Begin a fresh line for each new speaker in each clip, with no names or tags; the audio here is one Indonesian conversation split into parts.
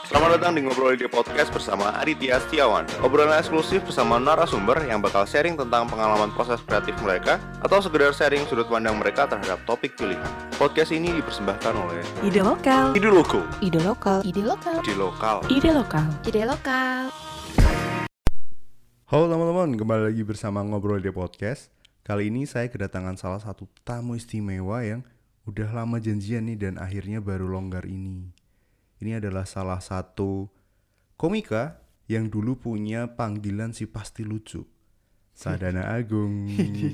Selamat datang di Ngobrol Ide Podcast bersama Aditya Setiawan. Obrolan eksklusif bersama narasumber yang bakal sharing tentang pengalaman proses kreatif mereka atau sekedar sharing sudut pandang mereka terhadap topik pilihan. Podcast ini dipersembahkan oleh
Ide Lokal.
Ide Loko,
Ide Lokal.
Ide lokal.
Ide Lokal.
Ide Lokal.
Ide lokal.
Halo teman-teman, kembali lagi bersama Ngobrol Ide Podcast. Kali ini saya kedatangan salah satu tamu istimewa yang udah lama janjian nih dan akhirnya baru longgar ini. Ini adalah salah satu komika yang dulu punya panggilan si pasti lucu, Sadana Agung.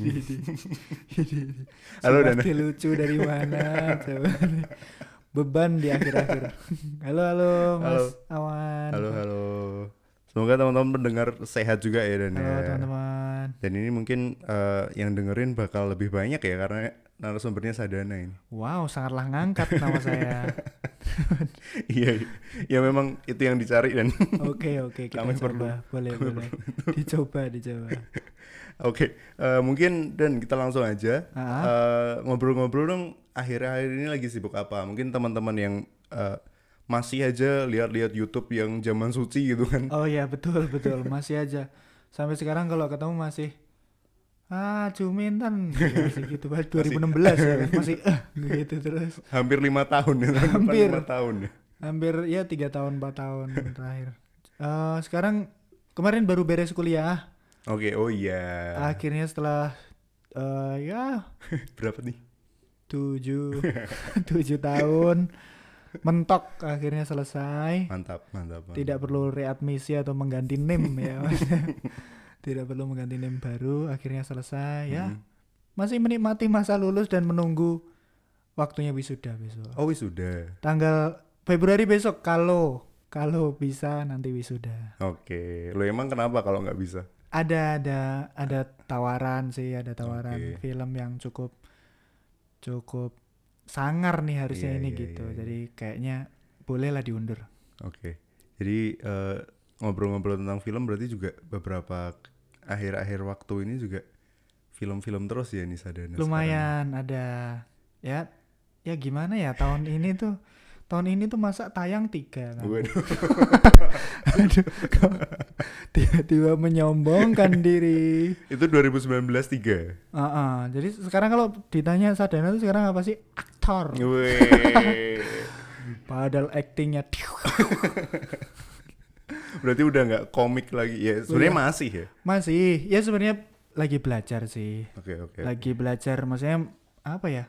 Halo
si
Dana.
pasti lucu dari mana? Coba. Beban di akhir-akhir. Halo Mas Awan.
Halo. Semoga teman-teman pendengar sehat juga ya Dan.
Halo teman-teman.
Dan ini mungkin yang dengerin bakal lebih banyak ya karena narasumbernya Sadana ini.
Wow, sangatlah ngangkat nama saya.
Iya, ya memang itu yang dicari dan.
Oke, kita
Kami
coba. Boleh. Dicoba.
Oke, mungkin dan kita langsung aja ngobrol-ngobrol dong. Akhir-akhir ini lagi sibuk apa? Mungkin teman-teman yang masih aja lihat-lihat YouTube yang zaman suci gitu kan?
Oh ya, betul. Masih aja. Sampai sekarang kalau ketemu masih cumintan masih gitu. 2016 ya kan? Masih gitu terus.
Hampir 5 tahun ya.
Hampir
5 tahun ya.
Hampir ya 3 tahun 4 tahun terakhir. Sekarang kemarin baru beres kuliah.
Oke, oh iya.
Akhirnya setelah ya
Berapa nih?
7 tahun mentok akhirnya selesai.
Mantap.
Tidak perlu readmisi atau mengganti NIM ya. Tidak perlu mengganti NIM baru, akhirnya selesai ya. Masih menikmati masa lulus dan menunggu waktunya wisuda besok.
Oh wisuda.
Tanggal Februari besok kalau bisa nanti wisuda.
Oke, lo emang kenapa kalau nggak bisa?
Ada tawaran sih,
Oke.
film yang cukup sangar nih harusnya
Iya,
ini
iya,
gitu.
iya.
Jadi kayaknya bolehlah diundur.
Oke, jadi ngobrol-ngobrol tentang film berarti juga beberapa akhir-akhir waktu ini juga film-film terus ya nih Sadana.
Lumayan ada ya gimana ya tahun ini tuh masa tayang 3 kan.
Waduh.
Aduh, kok tiba-tiba menyombongkan diri.
Itu 2019 3.
Jadi sekarang kalau ditanya Sadana tuh sekarang apa sih? Aktor.
Weh.
Padahal actingnya
Berarti udah nggak komik lagi ya? Sebenarnya masih ya.
masih. Ya sebenarnya lagi belajar sih.
Oke.
Lagi belajar, maksudnya apa ya?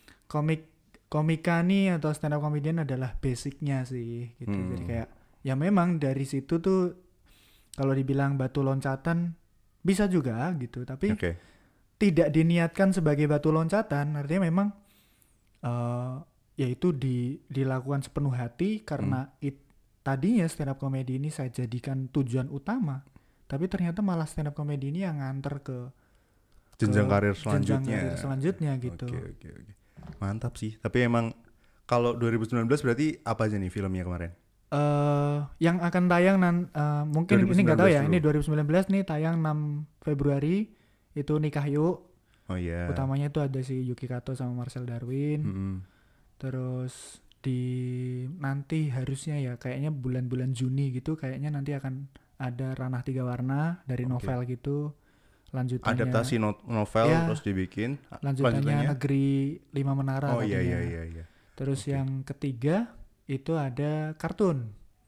Komika nih atau stand up comedian adalah basicnya sih gitu. Jadi kayak ya memang dari situ tuh kalau dibilang batu loncatan bisa juga gitu, tapi
Oke.
tidak diniatkan sebagai batu loncatan. Artinya memang yaitu dilakukan sepenuh hati karena tadinya stand up comedy ini saya jadikan tujuan utama, tapi ternyata malah stand up comedy ini yang nganter ke
Jenjang karir
jenjang
selanjutnya.
karir selanjutnya gitu.
Oke. Mantap sih. Tapi emang kalau 2019 berarti apa aja nih filmnya kemarin?
Yang akan tayang mungkin ini nggak tahu ya,
2019
ini 2019 nih tayang 6 Februari itu Nikah Yuk.
Oh iya.
Utamanya itu ada si Yuki Kato sama Marcel Darwin.
Mm-mm.
Terus nanti harusnya ya kayaknya bulan-bulan Juni gitu kayaknya nanti akan ada Ranah Tiga Warna dari novel gitu. Lanjutannya
Adaptasi novel
Ya,
terus dibikin.
lanjutannya Negeri Lima Menara.
Oh iya.
tadinya. Terus
Oke.
yang ketiga itu ada kartun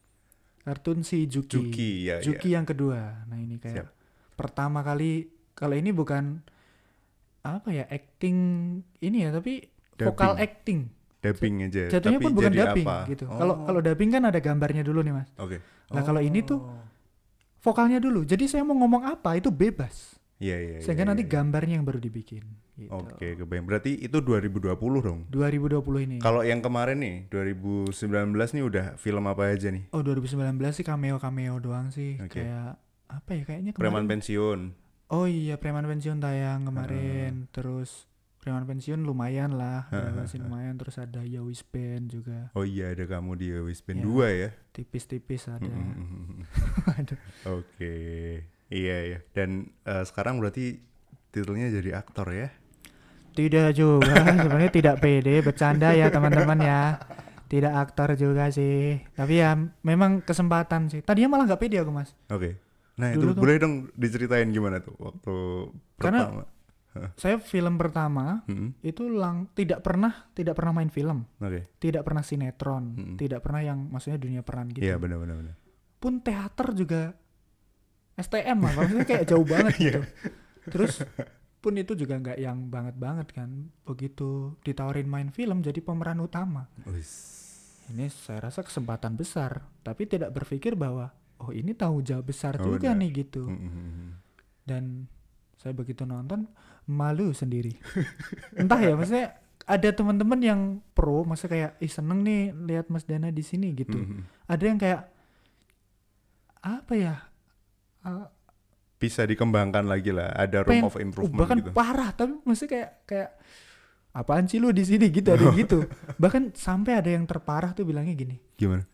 si Juki
ya.
yang kedua. Nah ini kayak pertama kali, kalau ini bukan apa ya acting ini ya, tapi vokal acting.
Dubbing aja.
Jatuhnya
Tapi
pun bukan
jadi
dubbing
apa?
gitu.
Oh.
Kalau dubbing kan ada gambarnya dulu nih Mas.
Oke.
Nah kalau ini tuh vokalnya dulu. Jadi saya mau ngomong apa itu bebas.
Iya.
Sehingga nanti gambarnya yang baru dibikin. Gitu.
Oke, kebayang. Berarti itu 2020 dong.
2020 ini.
Kalau yang kemarin nih 2019 nih udah film apa aja nih?
Oh 2019 sih cameo doang sih.
Oke.
Kayak apa ya kayaknya
Preman
kemarin.
Pensiun.
Oh iya Preman Pensiun tayang kemarin. Terus Preman Pensiun lumayan lah. Berapa sih lumayan. Terus ada Yowis Band juga.
Oh iya, ada kamu di Yowis Band
Ya.
2 ya.
Tipis-tipis ada. Aduh.
Oke. Iya. Dan sekarang berarti titelnya jadi aktor ya?
Tidak juga, sebenarnya tidak pede, bercanda ya teman-teman ya. Tidak aktor juga sih. Tapi ya memang kesempatan sih. Tadinya malah nggak pede aku mas.
Oke. Nah
Dulu
itu
tuh-
boleh dong diceritain gimana tuh waktu
Karena-
pertama.
Saya film pertama itu tidak pernah main film,
Oke.
tidak pernah sinetron, tidak pernah yang maksudnya dunia peran gitu.
Iya benar.
Pun teater juga STM lah, maksudnya kayak jauh banget gitu. Terus pun itu juga nggak yang banget kan. Begitu ditawarin main film jadi pemeran utama. Ini saya rasa kesempatan besar, tapi tidak berpikir bahwa oh ini tanggung jawab besar juga
benar.
nih gitu. Dan saya begitu nonton malu sendiri. Entah ya, maksudnya ada teman-teman yang pro, maksudnya kayak seneng nih lihat Mas Dana di sini gitu. Ada yang kayak apa ya?
Bisa dikembangkan lagi lah, ada room of improvement
bahkan
gitu.
parah, tapi maksudnya kayak apaan sih lu di sini gitu, ada yang gitu. Bahkan sampai ada yang terparah tuh bilangnya gini.
Gimana?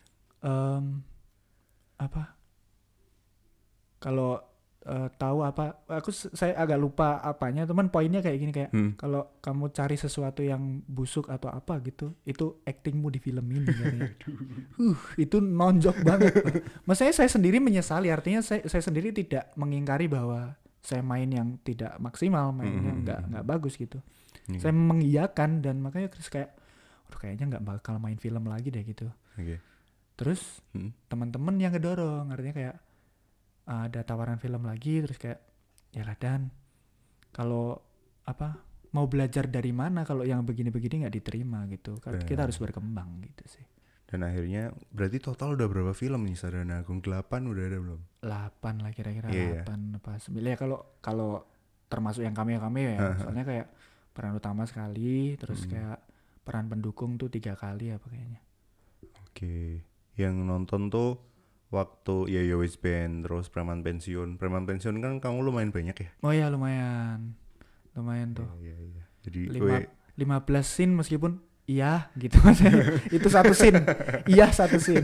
Apa? Kalau tahu apa? Saya agak lupa apanya. Teman poinnya kayak gini kayak kalau kamu cari sesuatu yang busuk atau apa gitu, itu actingmu di film ini. Itu nonjok banget. Maksudnya saya sendiri menyesali. Artinya saya sendiri tidak mengingkari bahwa saya main yang tidak maksimal, mainnya nggak bagus gitu. Saya mengiyakan dan makanya terus kayak, kayaknya nggak bakal main film lagi deh gitu. Terus teman-teman yang ngedorong, artinya kayak ada tawaran film lagi, terus kayak yalah Dan, kalau mau belajar dari mana kalau yang begini-begini nggak diterima gitu. Kita harus berkembang gitu sih.
Dan akhirnya berarti total udah berapa film nih Sadana Agung? 8 udah ada belum?
8 lah kira-kira. 8 apa 9 ya kalau termasuk yang cameo ya. Soalnya kayak peran utama sekali, terus kayak peran pendukung tuh 3 kali apa kayaknya.
Oke. Yang nonton tuh waktu ya Yowis Band, terus Preman Pensiun kan kamu lumayan banyak ya?
Oh ya lumayan tuh.
Iya. Jadi
15 scene meskipun iya gitu. Itu satu scene. Iya satu scene.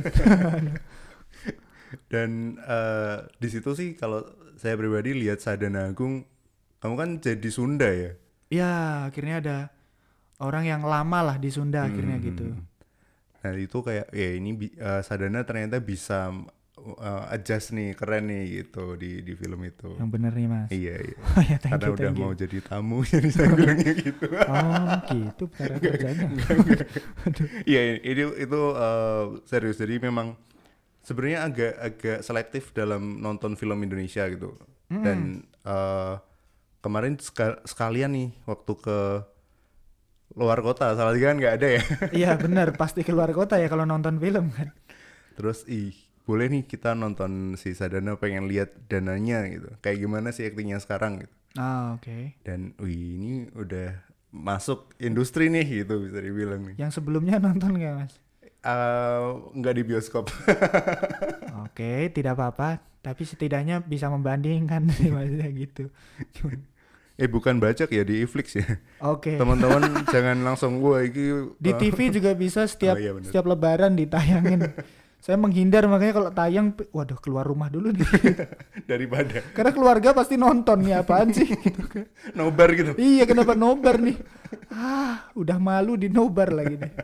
Dan di situ sih kalau saya pribadi lihat Sadana Agung, kamu kan jadi Sunda ya?
Iya, akhirnya ada orang yang lama lah di Sunda akhirnya gitu.
Nah itu kayak ya ini Sadana ternyata bisa adjust nih, keren nih gitu di film itu.
Yang bener nih Mas.
Iya.
Oh, ya,
Karena udah mau jadi tamu jadi saya bilangnya gitu.
Oh gitu cara kerjanya.
Iya itu serius, jadi memang sebenarnya agak selektif dalam nonton film Indonesia gitu. Dan kemarin sekalian nih waktu ke luar kota, salah kan nggak ada ya.
Iya benar, pasti keluar kota ya kalau nonton film kan.
Terus boleh nih kita nonton si Sadana, pengen lihat dananya gitu. Kayak gimana sih aktingnya sekarang gitu.
Oke.
Dan ini udah masuk industri nih gitu bisa dibilang nih.
Yang sebelumnya nonton nggak Mas?
Nggak di bioskop.
Oke, tidak apa-apa. Tapi setidaknya bisa membandingkan sih maksudnya gitu.
Bukan bacak ya, di Iflix ya.
Oke.
Teman-teman jangan langsung iki
Di TV juga bisa setiap
iya bener.
setiap lebaran ditayangin. Saya menghindar makanya kalau tayang, waduh keluar rumah dulu nih.
daripada
Karena keluarga pasti nonton nih apaan sih gitu kan.
nobar gitu.
Iya kenapa nobar nih? Udah malu di nobar lagi nih.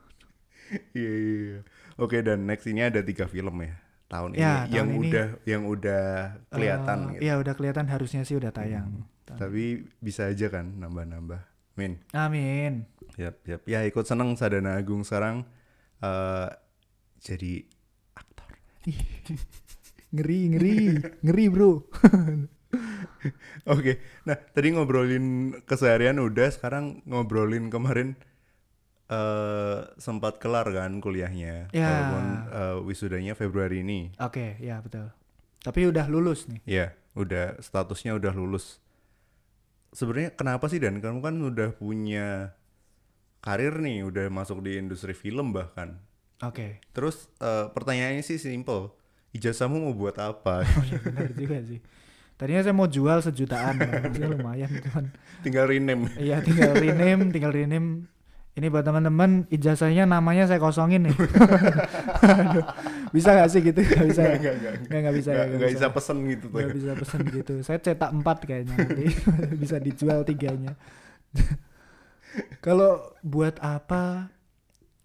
Iya. Oke, dan next ini ada 3 film ya tahun
Ya,
ini
tahun ini,
yang udah kelihatan gitu.
Iya udah kelihatan, harusnya sih udah tayang.
Tapi bisa aja kan nambah-nambah.
Amin.
Yap. Ya ikut seneng Sadana Agung sekarang jadi aktor.
Ngeri bro.
Oke, nah tadi ngobrolin keseharian udah, sekarang ngobrolin kemarin sempat kelar kan kuliahnya,
Ya.
walaupun wisudanya Februari ini.
Oke, ya betul. Tapi udah lulus nih.
Ya, udah statusnya udah lulus. Sebenarnya kenapa sih Dan? Kamu kan udah punya karir nih, udah masuk di industri film bahkan.
Oke.
Terus pertanyaannya sih simple, ijazahmu mau buat apa?
Oh ya benar juga sih. Tadinya saya mau jual 1 jutaan, maksudnya lumayan cuman.
Tinggal rename.
Iya tinggal rename. Ini buat teman-teman, ijazahnya namanya saya kosongin nih. Aduh, bisa gak sih gitu? Gak bisa. Nggak bisa.
Nggak bisa pesen gitu tuh.
Nggak bisa pesen gitu. Saya cetak 4 kayaknya nanti. Bisa dijual 3-nya. Kalau buat apa?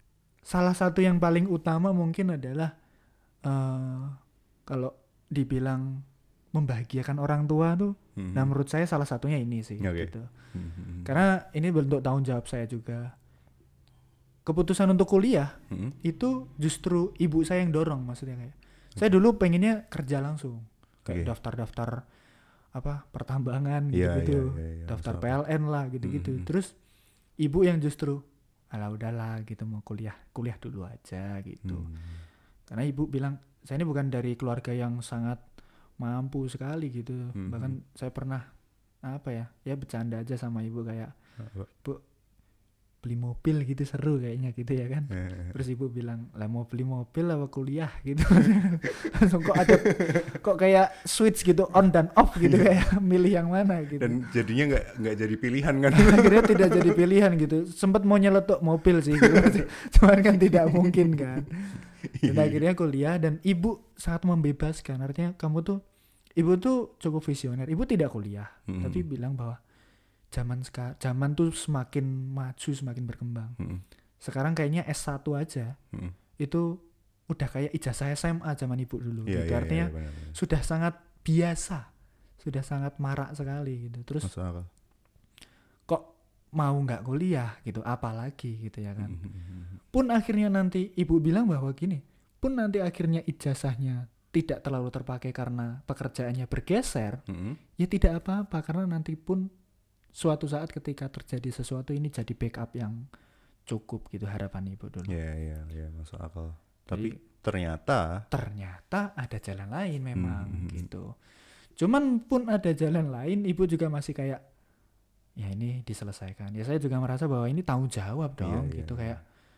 salah satu yang paling utama mungkin adalah kalau dibilang membahagiakan orang tua tuh, nah menurut saya salah satunya ini sih gitu. Karena ini bentuk tanggung jawab saya juga. Keputusan untuk kuliah itu justru ibu saya yang dorong, maksudnya kayak saya dulu pengennya kerja langsung, kayak daftar-daftar apa pertambangan gitu-gitu, daftar PLN lah gitu-gitu. Terus ibu yang justru alah udahlah gitu, mau kuliah dulu aja gitu. Karena ibu bilang saya ini bukan dari keluarga yang sangat mampu sekali gitu. Bahkan saya pernah apa ya bercanda aja sama ibu kayak, Bu, beli mobil gitu seru kayaknya gitu ya kan. Terus ibu bilang, lah mau beli mobil apa kuliah gitu. Langsung kok kayak switch gitu, on dan off gitu, kayak milih yang mana gitu.
Dan jadinya nggak jadi pilihan kan.
Akhirnya tidak jadi pilihan gitu. Sempat mau nyeletuk mobil sih gitu. Cuman kan tidak mungkin kan. Dan akhirnya kuliah, dan ibu sangat membebaskan. Artinya ibu tuh cukup visioner. Ibu tidak kuliah, tapi bilang bahwa zaman tuh semakin maju, semakin berkembang. Sekarang kayaknya S1 aja itu udah kayak ijazah SMA zaman ibu dulu. Gitu. Artinya sudah sangat biasa, sudah sangat marak sekali gitu. Terus kok mau nggak kuliah gitu, apalagi gitu ya kan. Pun akhirnya nanti ibu bilang bahwa gini, pun nanti akhirnya ijazahnya tidak terlalu terpakai karena pekerjaannya bergeser, ya tidak apa-apa, karena nanti pun suatu saat ketika terjadi sesuatu ini jadi backup yang cukup gitu, harapan ibu dulu.
Iya, masuk akal. Tapi ternyata ada jalan lain memang gitu. Cuman pun ada jalan lain, ibu juga masih kayak, ya ini diselesaikan. Ya saya juga merasa bahwa ini tanggung jawab dong gitu. Kayak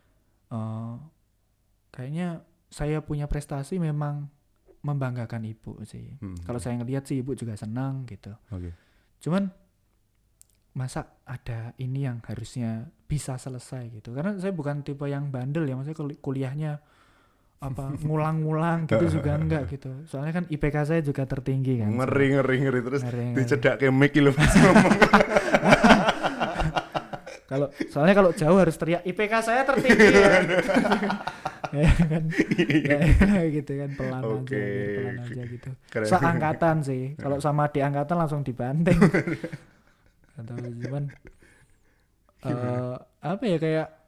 kayaknya saya punya prestasi memang membanggakan ibu sih. Kalau saya ngelihat sih ibu juga senang gitu. Cuman masa ada ini yang harusnya bisa selesai gitu. Karena saya bukan tipe yang bandel ya, maksudnya kuliahnya apa ngulang-ngulang gitu juga enggak gitu. Soalnya kan IPK saya juga tertinggi kan. Ngeri terus dicedak ke mic lho pas ngomong.
Soalnya kalau jauh harus teriak IPK saya tertinggi ya. Ya kan. Ya, gitu kan, pelan aja gitu. Seangkatan sih. Kalau sama adik angkatan langsung dibanting. Atau cuman apa ya,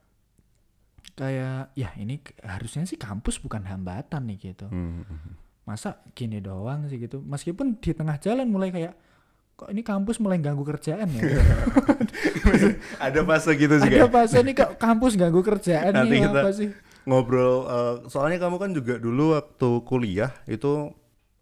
kayak ya ini harusnya sih kampus bukan hambatan nih gitu. Masa gini doang sih gitu. Meskipun di tengah jalan mulai kayak, kok ini kampus mulai ganggu kerjaan ya.
Ada fase gitu sih.
Ada fase nih kok kampus ganggu kerjaan. Nanti nih apa sih?
Ngobrol, soalnya kamu kan juga dulu waktu kuliah itu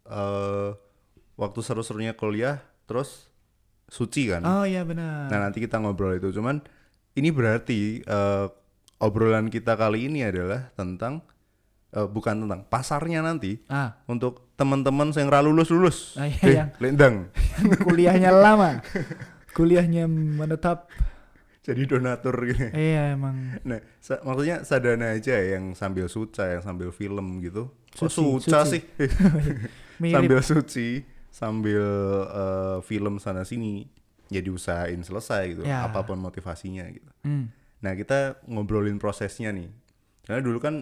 waktu seru-serunya kuliah terus suci kan.
Oh iya benar.
Nah nanti kita ngobrol itu. Cuman ini berarti obrolan kita kali ini adalah tentang bukan tentang pasarnya nanti untuk teman-teman yang lulus
yang
lendang
kuliahnya lama, kuliahnya menetap
jadi donatur gitu.
Iya emang.
Nah maksudnya sadana aja yang sambil suca, yang sambil film gitu. Suca sih. Sambil suci, sambil film sana sini, ya diusahain selesai gitu, apapun motivasinya gitu. Nah kita ngobrolin prosesnya nih, karena dulu kan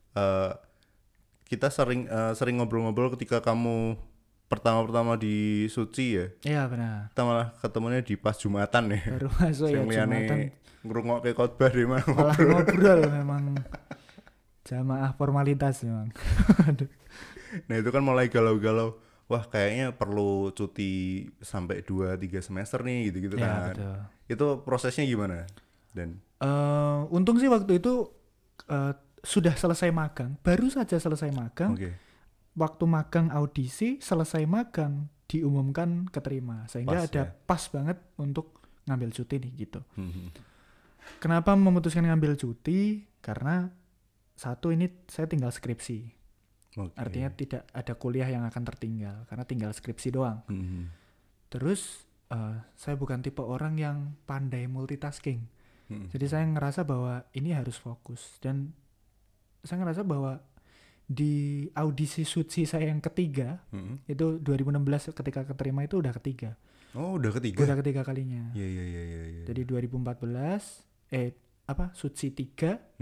kita sering ngobrol-ngobrol ketika kamu pertama di Suci ya.
Iya benar.
Kita malah ketemunya di pas Jumatan ya.
Baru masuk ya Jumatan.
Ngerungok kayak khotbah deh mah.
Malah ngobrol memang jamaah formalitas memang.
Nah itu kan mulai galau-galau. Wah kayaknya perlu cuti sampai 2-3 semester nih gitu-gitu kan. Betul. Itu prosesnya gimana? Dan
untung sih waktu itu sudah selesai magang, baru saja selesai magang. Waktu magang audisi, selesai magang diumumkan keterima, sehingga ada pas banget untuk ngambil cuti nih gitu. Kenapa memutuskan ngambil cuti? Karena satu, ini saya tinggal skripsi. Artinya tidak ada kuliah yang akan tertinggal karena tinggal skripsi doang. Terus saya bukan tipe orang yang pandai multitasking. Jadi saya ngerasa bahwa ini harus fokus, dan saya ngerasa bahwa di audisi Suci saya yang ketiga itu 2016 ketika keterima itu udah ketiga.
Oh udah ketiga?
Udah ketiga kalinya.
Iya.
Jadi 2014 Suci 3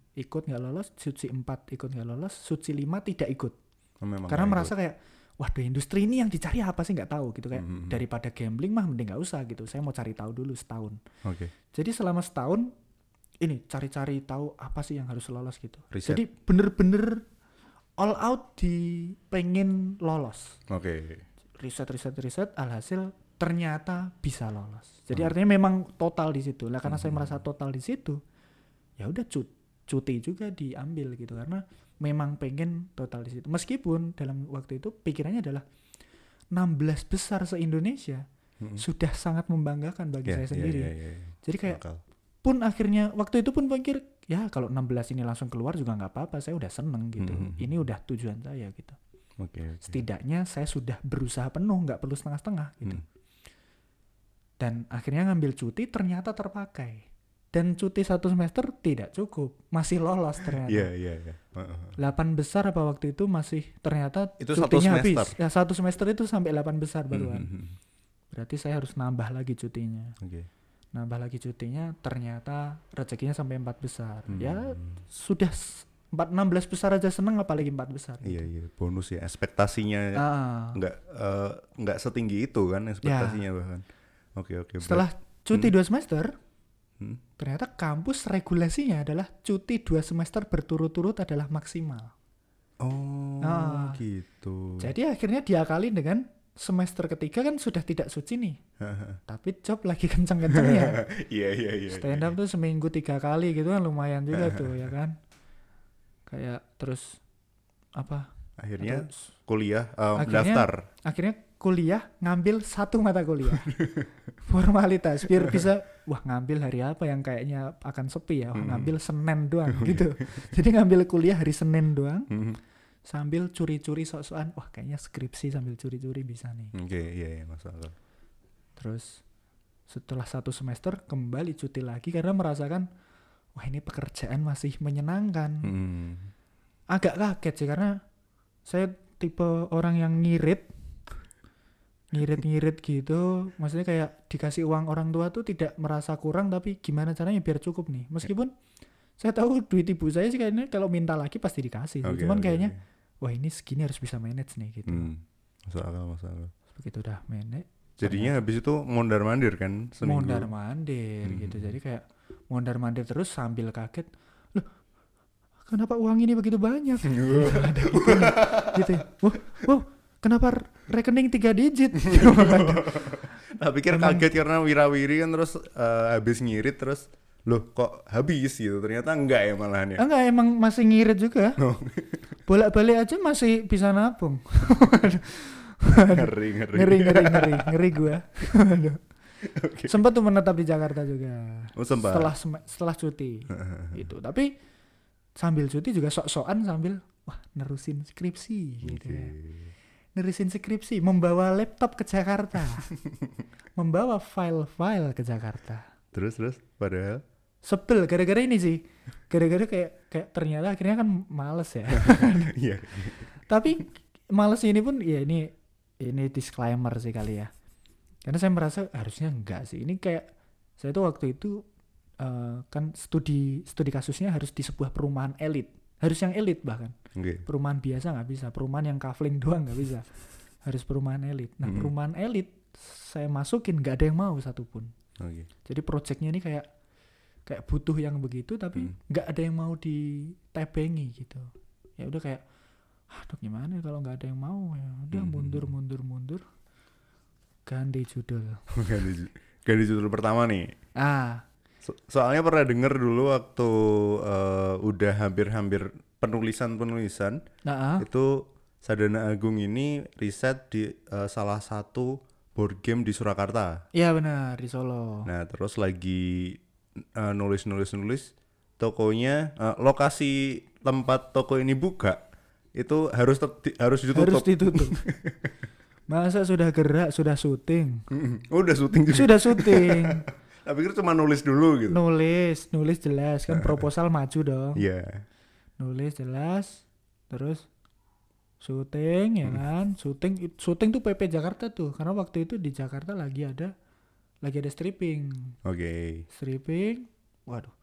ikut nggak lolos, Suci 4 ikut nggak lolos, Suci 5 tidak ikut.
Memang
Karena
nggak
merasa kayak, waduh industri ini yang dicari apa sih, nggak tahu gitu, kayak
Mhm.
daripada gambling mah mending nggak usah gitu. Saya mau cari tahu dulu setahun.
Oke.
Jadi selama setahun ini cari-cari tahu apa sih yang harus lolos gitu.
Riset.
Jadi bener-bener all out di pengen lolos.
Oke.
Riset, alhasil ternyata bisa lolos. Jadi artinya memang total di situ. Lah karena saya merasa total di situ, ya udah cuti juga diambil gitu karena memang pengen total di situ. Meskipun dalam waktu itu pikirannya adalah 16 besar se-Indonesia sudah sangat membanggakan bagi saya sendiri. Jadi kayak
Bakal.
pun akhirnya waktu itu pun pikir ya kalau 16 ini langsung keluar juga nggak apa-apa, saya udah seneng gitu. Ini udah tujuan saya gitu.
Oke.
Setidaknya saya sudah berusaha penuh, nggak perlu setengah-setengah gitu. Dan akhirnya ngambil cuti ternyata terpakai. Dan cuti 1 semester tidak cukup, masih lolos ternyata.
Iya.
8 besar apa waktu itu masih ternyata
Itu 1
cutinya habis.
semester?
Ya 1 semester itu sampai 8 besar baruan. Berarti saya harus nambah lagi cutinya.
Oke.
Nambah lagi cutinya ternyata rezekinya sampai 4 besar. Ya sudah 16 besar aja seneng apalagi 4 besar.
Iya, bonus ya. Ekspektasinya nggak setinggi itu kan ekspektasinya bahkan. Oke.
Setelah cuti 2 semester, ternyata kampus regulasinya adalah cuti 2 semester berturut-turut adalah maksimal.
Oh, gitu.
Jadi akhirnya diakali dengan semester ketiga kan sudah tidak suci nih. Tapi job lagi kenceng-kencengnya.
Iya.
Stand up tuh seminggu 3 kali gitu kan lumayan juga tuh ya kan. Kayak terus apa?
Akhirnya
Terus,
kuliah
akhirnya-
daftar.
Akhirnya kuliah ngambil 1 mata kuliah. Formalitas biar bisa ngambil hari apa yang kayaknya akan sepi ya. Ngambil Senin doang gitu. Jadi ngambil kuliah hari Senin doang. Sambil curi-curi sok-sokan, kayaknya skripsi sambil curi-curi bisa nih.
Oke, iya masalah.
Terus setelah 1 semester kembali cuti lagi karena merasakan ini pekerjaan masih menyenangkan. Agak kaget sih karena saya tipe orang yang ngirit gitu. Maksudnya kayak dikasih uang orang tua tuh tidak merasa kurang, tapi gimana caranya biar cukup nih. Meskipun saya tahu duit ibu saya sih kayaknya kalau minta lagi pasti dikasih. Cuman kayaknya ini segini harus bisa manage nih gitu.
Masuk akal.
Begitu udah manage.
Jadinya habis itu mondar-mandir kan seminggu.
Mondar-mandir gitu. Jadi kayak mondar-mandir terus sambil kaget. Loh, kenapa uang ini begitu banyak? Ada gitu ya. Wow, kenapa rekening 3 digit?
Nah, pikir kaget karena wirawiri kan terus habis ngirit terus loh kok habis gitu. Ternyata enggak ya malahan ya.
Enggak, emang masih ngirit juga. Bolak-balik aja masih bisa nabung. Ngeri gua. Okay. Sempat tuh menetap di Jakarta juga. Setelah cuti. Gitu. Tapi sambil cuti juga sok-sokan sambil nerusin skripsi gitu. Nerusin skripsi, membawa laptop ke Jakarta. Membawa file-file ke Jakarta.
Terus padahal
sebel gara-gara ini sih. Gara-gara kayak ternyata akhirnya kan males ya.
Iya.
Tapi males ini pun ya ini disclaimer sih kali ya. Karena saya merasa harusnya enggak sih. Ini kayak saya tuh waktu itu kan studi kasusnya harus di sebuah perumahan elit. Harus yang elit bahkan. Perumahan biasa nggak bisa. Perumahan yang kafling doang nggak bisa. Harus perumahan elit. Nah perumahan elit saya masukin nggak ada yang mau satupun. Jadi projectnya ini kayak butuh yang begitu tapi nggak ada yang mau ditebengi gitu. Ya udah kayak aduh gimana kalau nggak ada yang mau, ya udah mundur ganti judul.
ganti judul pertama nih. Soalnya pernah denger dulu waktu udah hampir penulisan itu Sadana Agung ini riset di salah satu board game di Surakarta.
Iya benar, di Solo.
Nah terus lagi nulis tokonya, lokasi tempat toko ini buka itu harus ditutup.
Masa sudah gerak, sudah syuting.
Udah syuting juga.
Sudah syuting.
Tapi pikir cuma nulis dulu gitu.
Nulis jelas kan, proposal maju dong.
Iya.
Nulis jelas, terus syuting ya kan. Syuting tuh PP Jakarta tuh, karena waktu itu di Jakarta lagi ada stripping.
Oke.
Stripping. Waduh.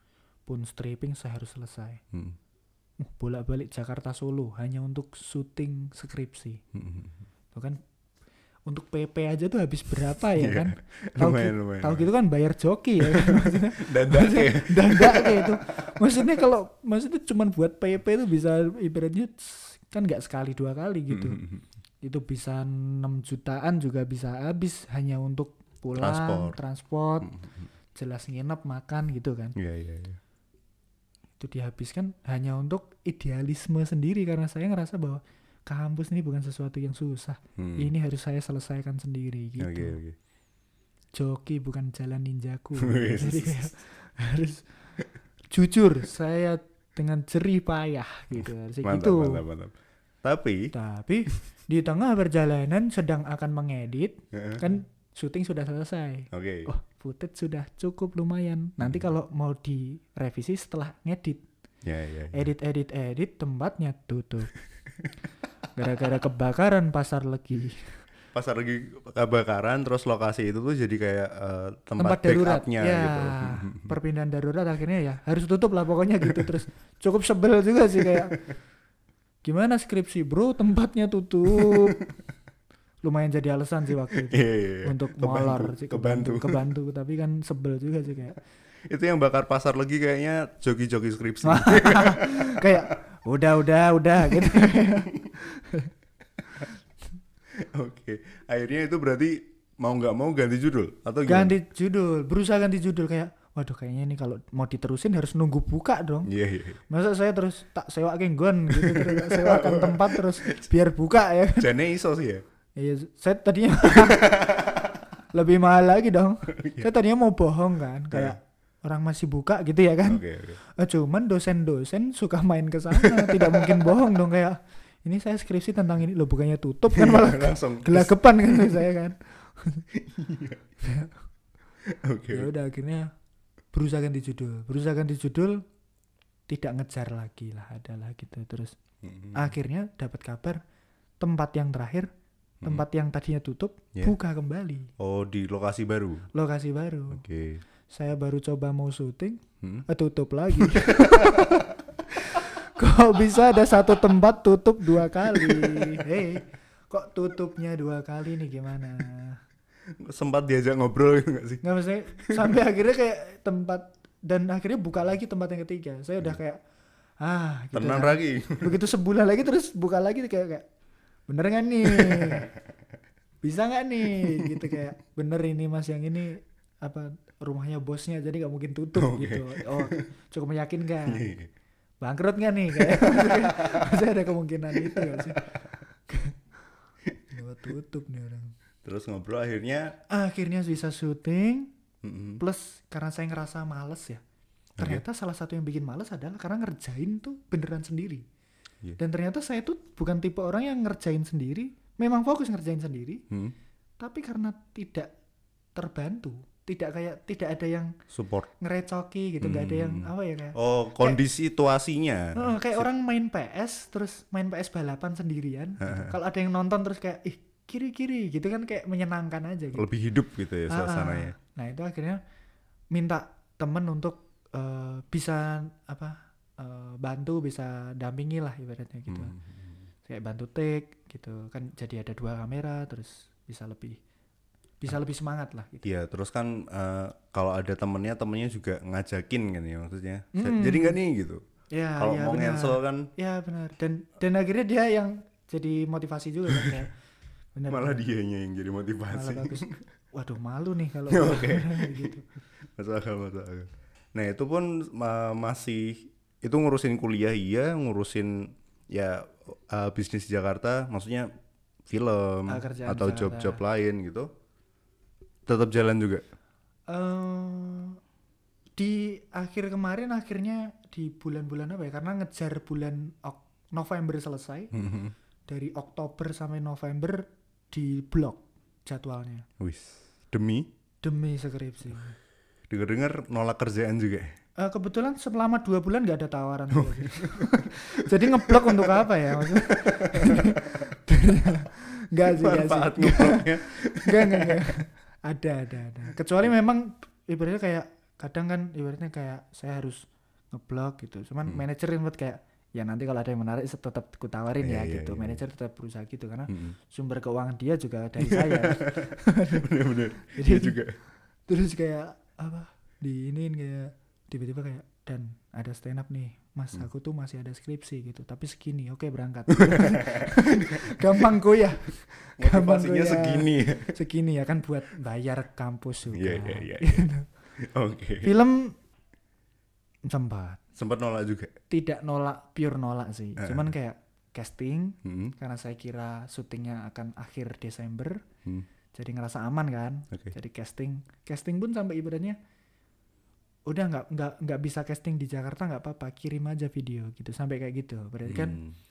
pun stripping saya harus selesai.
Hmm.
Bolak-balik Jakarta Solo hanya untuk syuting skripsi. Itu kan untuk PP aja tuh habis berapa ya kan?
Lumayan.
Tahu gitu kan bayar joki ya kan?
Dadak
kayak itu. Maksudnya cuman buat PP itu bisa ibaratnya kan nggak sekali 2 kali gitu. Itu bisa 6 jutaan juga bisa habis hanya untuk pulang, transport, jelas nginep, makan gitu kan.
Iya.
Itu dihabiskan hanya untuk idealisme sendiri karena saya ngerasa bahwa kampus ini bukan sesuatu yang susah. Ini harus saya selesaikan sendiri gitu.
Okay.
Joki bukan jalan ninjaku. Jadi kayak harus jujur, saya dengan jerih payah gitu.
Mantap. Tapi
di tengah perjalanan sedang akan mengedit, kan syuting sudah selesai.
Okay.
Oh, footage sudah cukup lumayan. Nanti kalau mau direvisi setelah ngedit.
Yeah.
Edit tempatnya tutup. Gara-gara kebakaran Pasar Legi
kebakaran, terus lokasi itu tuh jadi kayak tempat
darurat
backupnya
ya,
gitu.
Perpindahan darurat akhirnya ya harus tutup lah pokoknya gitu. Terus cukup sebel juga sih kayak gimana skripsi bro tempatnya tutup. Lumayan jadi alasan sih waktu itu untuk molor sih, kebantu tapi kan sebel juga sih kayak
itu yang bakar Pasar Legi kayaknya joki-joki skripsi.
Kayak udah gitu.
Oke. Akhirnya itu berarti mau nggak mau ganti judul atau gimana?
Berusaha ganti judul kayak waduh kayaknya ini kalau mau diterusin harus nunggu buka dong.
Iya.
Masa saya terus tak sewa genggon gitu, terus sewakan tempat terus biar buka ya.
Jane iso sih ya.
Iya, saya tadinya lebih mahal lagi dong. Saya tadinya mau bohong kan, kayak orang masih buka gitu ya kan.
Okay.
Cuman dosen-dosen suka main ke sana, tidak mungkin bohong dong kayak ini saya skripsi tentang ini loh bukannya tutup kan malah
langsung
gelagapan kan saya kan.
Oke.
Ya udah akhirnya berusaha ganti judul tidak ngejar lagi lah adalah gitu terus. Akhirnya dapat kabar tempat yang terakhir tempat yang tadinya tutup buka kembali.
Oh, di lokasi baru.
Oke. Saya baru coba mau syuting, tutup lagi. Kok bisa ada satu tempat tutup 2 kali? Kok tutupnya 2 kali nih gimana?
Sempat diajak ngobrol gitu gak sih?
Nggak maksudnya sampai akhirnya kayak tempat dan akhirnya buka lagi tempat yang ketiga. Saya udah kayak gitu
tenang
kan.
lagi.
Begitu sebulan lagi terus buka lagi kayak bener gak nih? Bisa gak nih? Gitu kayak bener ini mas yang ini apa rumahnya bosnya jadi gak mungkin tutup gitu. Oh cukup meyakinkan. Bangkrut gak nih? Kayak masih ada kemungkinan itu gak sih? Tutup nih orang.
Terus ngobrol akhirnya
bisa syuting. Plus karena saya ngerasa males ya. Ternyata salah satu yang bikin males adalah karena ngerjain tuh beneran sendiri. Dan ternyata saya tuh bukan tipe orang yang ngerjain sendiri, memang fokus ngerjain sendiri, tapi karena tidak terbantu, tidak ada yang
support
ngerecoki gitu, nggak ada yang apa ya kayak
kondisi situasinya.
Kayak orang main PS terus main PS balapan sendirian, gitu. Kalau ada yang nonton terus kayak kiri gitu kan kayak menyenangkan aja gitu.
Lebih hidup gitu ya suasananya.
Nah itu akhirnya minta temen untuk bisa bantu, bisa dampingi lah ibaratnya gitu. Kayak bantu take gitu kan, jadi ada 2 kamera terus bisa lebih semangat lah gitu.
Iya, terus kan kalau ada temennya juga ngajakin kan ya maksudnya. Jadi nggak nih gitu.
Ya,
kalau mau cancel kan.
Ya benar. Dan akhirnya dia yang jadi motivasi juga kan kayak. Bener,
malah dianya yang jadi motivasi.
Malah bagus. Waduh malu nih kalau gitu.
Masuk akal. Nah itu pun masih itu ngurusin kuliah ngurusin ya bisnis di Jakarta, maksudnya film atau job-job lain gitu. Tetap jalan juga.
Di akhir kemarin akhirnya di bulan-bulan apa ya? Karena ngejar bulan November selesai. Dari Oktober sampai November di blok jadwalnya.
Wis. Demi
skripsi.
Dengar nolak kerjaan juga.
Kebetulan selama 2 bulan nggak ada tawaran. Jadi ngeblok untuk apa ya? Maksudnya nggak sih.
Manfaat ngebloknya.
Nggak. Ada. Kecuali memang ibaratnya kayak kadang kan ibaratnya kayak saya harus ngeblok gitu. Cuman manajer sempat kayak ya nanti kalau ada yang menarik tetap ku tawarin ya gitu. Manajer tetap berusaha gitu karena sumber keuangan dia juga dari saya.
Bener-bener.
Jadi
Dia juga.
terus kayak apa? Diinin kayak tiba-tiba kayak dan ada stand up nih. Mas, aku tuh masih ada skripsi gitu, tapi segini. Oke, berangkat. Gampang goyah. Gampang
Motivasinya
goyah.
segini.
Segini ya kan buat bayar kampus juga.
Iya.
Gitu.
Oke.
Film
Sempat nolak juga.
tidak nolak, pure nolak sih. Cuman kayak casting
Hmm.
karena saya kira syutingnya akan akhir Desember.
Hmm.
Jadi ngerasa aman kan.
Oke.
Jadi casting pun sampai ibaratnya udah nggak bisa casting di Jakarta nggak apa-apa, kirim aja video gitu sampai kayak gitu. Berarti kan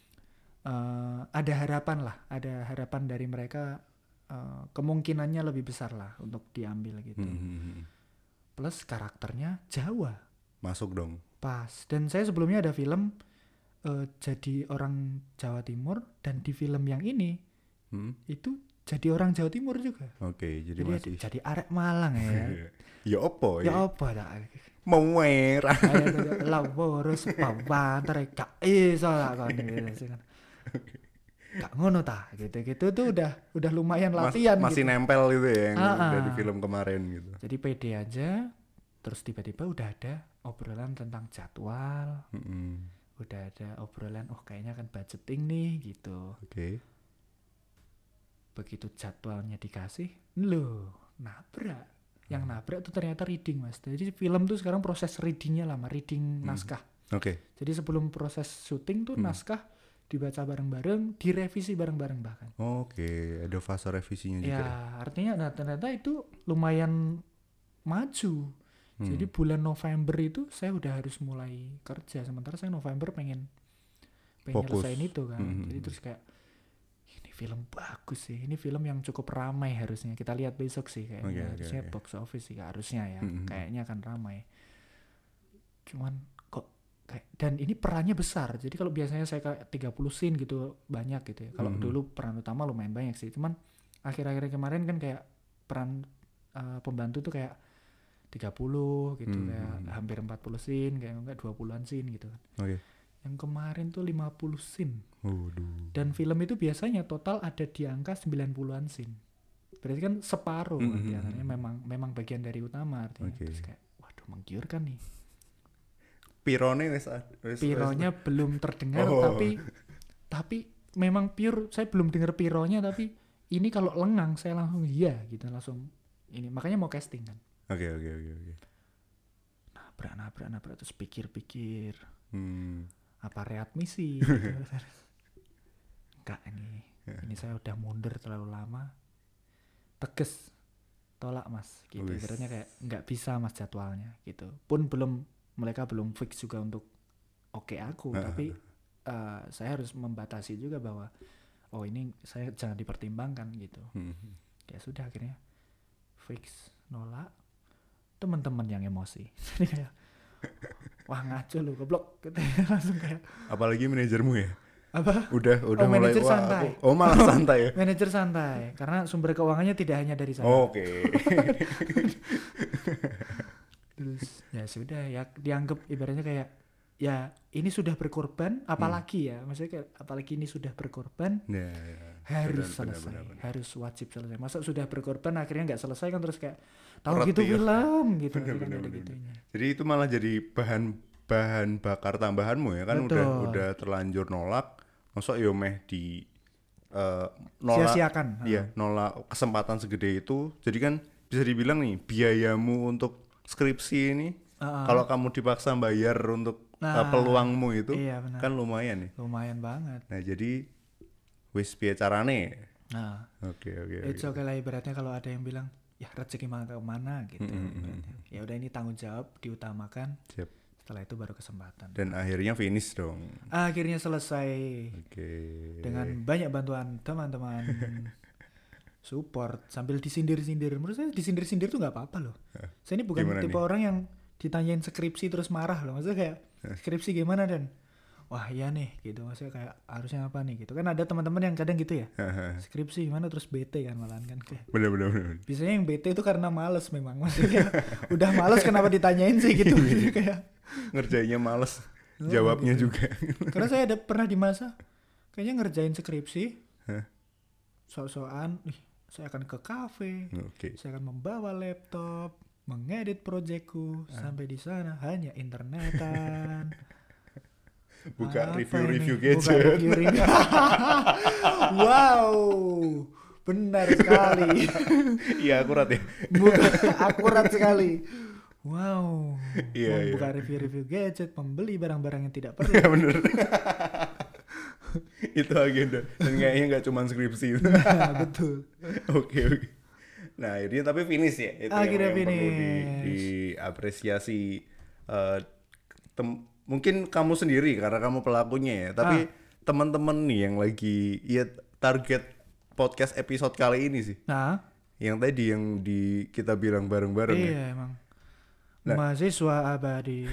ada harapan dari mereka, kemungkinannya lebih besar lah untuk diambil gitu. Plus karakternya Jawa.
Masuk dong.
Pas. Dan saya sebelumnya ada film jadi orang Jawa Timur dan di film yang ini itu jadi orang Jawa Timur juga.
Oke, jadi masih.
Jadi arek Malang ya.
Ya opo
Ya
ya.
apa dah?
Mau merah.
Ayo lawurus pawantar gak iso lah kon gitu kan. Gak ngono ta, gitu-gitu tuh udah lumayan latihan
Masih
gitu.
nempel gitu ya yang
Ah.
dari film kemarin gitu.
Jadi pede aja, terus tiba-tiba udah ada obrolan tentang jadwal, udah ada obrolan kayaknya kan budgeting nih gitu.
Oke.
Begitu jadwalnya dikasih, loh nabrak. Yang nabrak tuh ternyata reading mas. Jadi film tuh sekarang proses readingnya lama, reading naskah.
Oke.
Jadi sebelum proses syuting tuh naskah dibaca bareng-bareng, direvisi bareng-bareng bahkan.
Oke, ada fase revisinya juga.
Ya artinya ternyata itu lumayan maju. Jadi bulan November itu saya udah harus mulai kerja. Sementara saya November pengen
Fokus.
nyelesain itu kan. Jadi terus kayak ini film bagus sih. Ini film yang cukup ramai harusnya. Kita lihat besok sih kayaknya. Harusnya box office sih harusnya ya. Kayaknya akan ramai. Cuman kok kayak dan ini perannya besar. Jadi kalau biasanya saya kayak 30 scene gitu banyak gitu ya. Kalau dulu peran utama lumayan banyak sih. Cuman akhir-akhir kemarin kan kayak peran pembantu tuh kayak 30 gitu kayak hampir 40 scene kayak enggak 20-an scene gitu kan.
Oke.
Yang kemarin tuh 50 scene.
Waduh.
Dan film itu biasanya total ada di angka 90-an scene. Berarti kan separuh diantaranya memang bagian dari utama artinya. Terus kayak waduh menggiurkan nih.
Pirone
Pironya belum terdengar tapi memang pure saya belum dengar pironya tapi ini kalau lengang saya langsung iya gitu langsung ini makanya mau casting kan.
Oke.
Nabrak terus pikir apa readmisi gitu. Enggak ini saya udah mundur terlalu lama, tegas tolak mas gitu. Ibaratnya kayak nggak bisa mas jadwalnya gitu pun mereka belum fix juga untuk aku tapi saya harus membatasi juga bahwa ini saya jangan dipertimbangkan gitu. Ya sudah akhirnya fix nolak. Teman-teman yang emosi jadi kayak wah ngaco lu goblok gitu. Langsung kayak
apalagi manajermu ya
apa
udah mulai
manajer santai.
Malah santai ya.
Manajer santai karena sumber keuangannya tidak hanya dari saya.
Oke.
Terus ya sudah ya dianggap ibaratnya kayak ya ini sudah berkorban apalagi ya maksudnya kayak apalagi ini sudah berkorban harus selesai. Harus wajib selesai. Masa sudah berkorban akhirnya nggak selesai kan terus kayak tahu gitu film gitu.
Bener. Jadi itu malah jadi bahan bakar tambahanmu ya kan.
Betul.
udah terlanjur nolak masuk yo meh di nolak
sia-siakan.
Iya, nolak kesempatan segede itu. Jadi kan bisa dibilang nih biayamu untuk skripsi ini kalau kamu dipaksa bayar untuk peluangmu itu
iya,
kan lumayan nih.
Lumayan banget.
Nah, jadi wis piye carane?
Nah,
Oke.
itu oke lah ibaratnya kalau ada yang bilang ya rezeki mana gitu. Ya udah ini tanggung jawab diutamakan.
Siap.
Setelah itu baru kesempatan.
Dan akhirnya finish dong.
Akhirnya selesai.
Oke.
Dengan banyak bantuan teman-teman support sambil disindir-sindir. Menurut saya disindir-sindir tuh nggak apa-apa loh. Saya ini bukan
Gimana
tipe
nih?
orang yang ditanyain skripsi terus marah loh. Maksudnya kayak skripsi gimana dan wah iya nih gitu, maksudnya kayak harusnya apa nih gitu kan, ada teman-teman yang kadang gitu ya, skripsi gimana terus bete kan malahan kan kayak
Bener.
biasanya yang bete itu karena males memang, maksudnya udah males kenapa ditanyain sih gitu. Maksudnya kayak
Ngerjainnya males,
oh,
jawabnya
gitu.
juga.
Karena saya ada pernah di masa kayaknya ngerjain skripsi
Hah?
sok-sokan, saya akan ke kafe,
Oke.
saya akan membawa laptop, mengedit proyekku, sampai di sana hanya internetan.
Buka
Apa
review-review
ini? Buka
gadget.
review. Wow, benar sekali.
Iya akurat ya.
Akurat sekali. Wow,
Iya,
membuka
iya.
review-review gadget, membeli barang-barang yang tidak perlu.
Iya bener. Itu agenda. Dan kayaknya nggak cuma skripsi.
Nah, betul.
Oke. Nah akhirnya tapi finish ya. Itu
Akhirnya
yang perlu
finish.
diapresiasi. Eh, mungkin kamu sendiri karena kamu pelakunya ya. Tapi teman-teman nih yang lagi ya target podcast episode kali ini sih.
Nah,
Yang tadi yang kita bilang bareng-bareng ya.
iya emang.
Nah.
Mahasiswa abadi.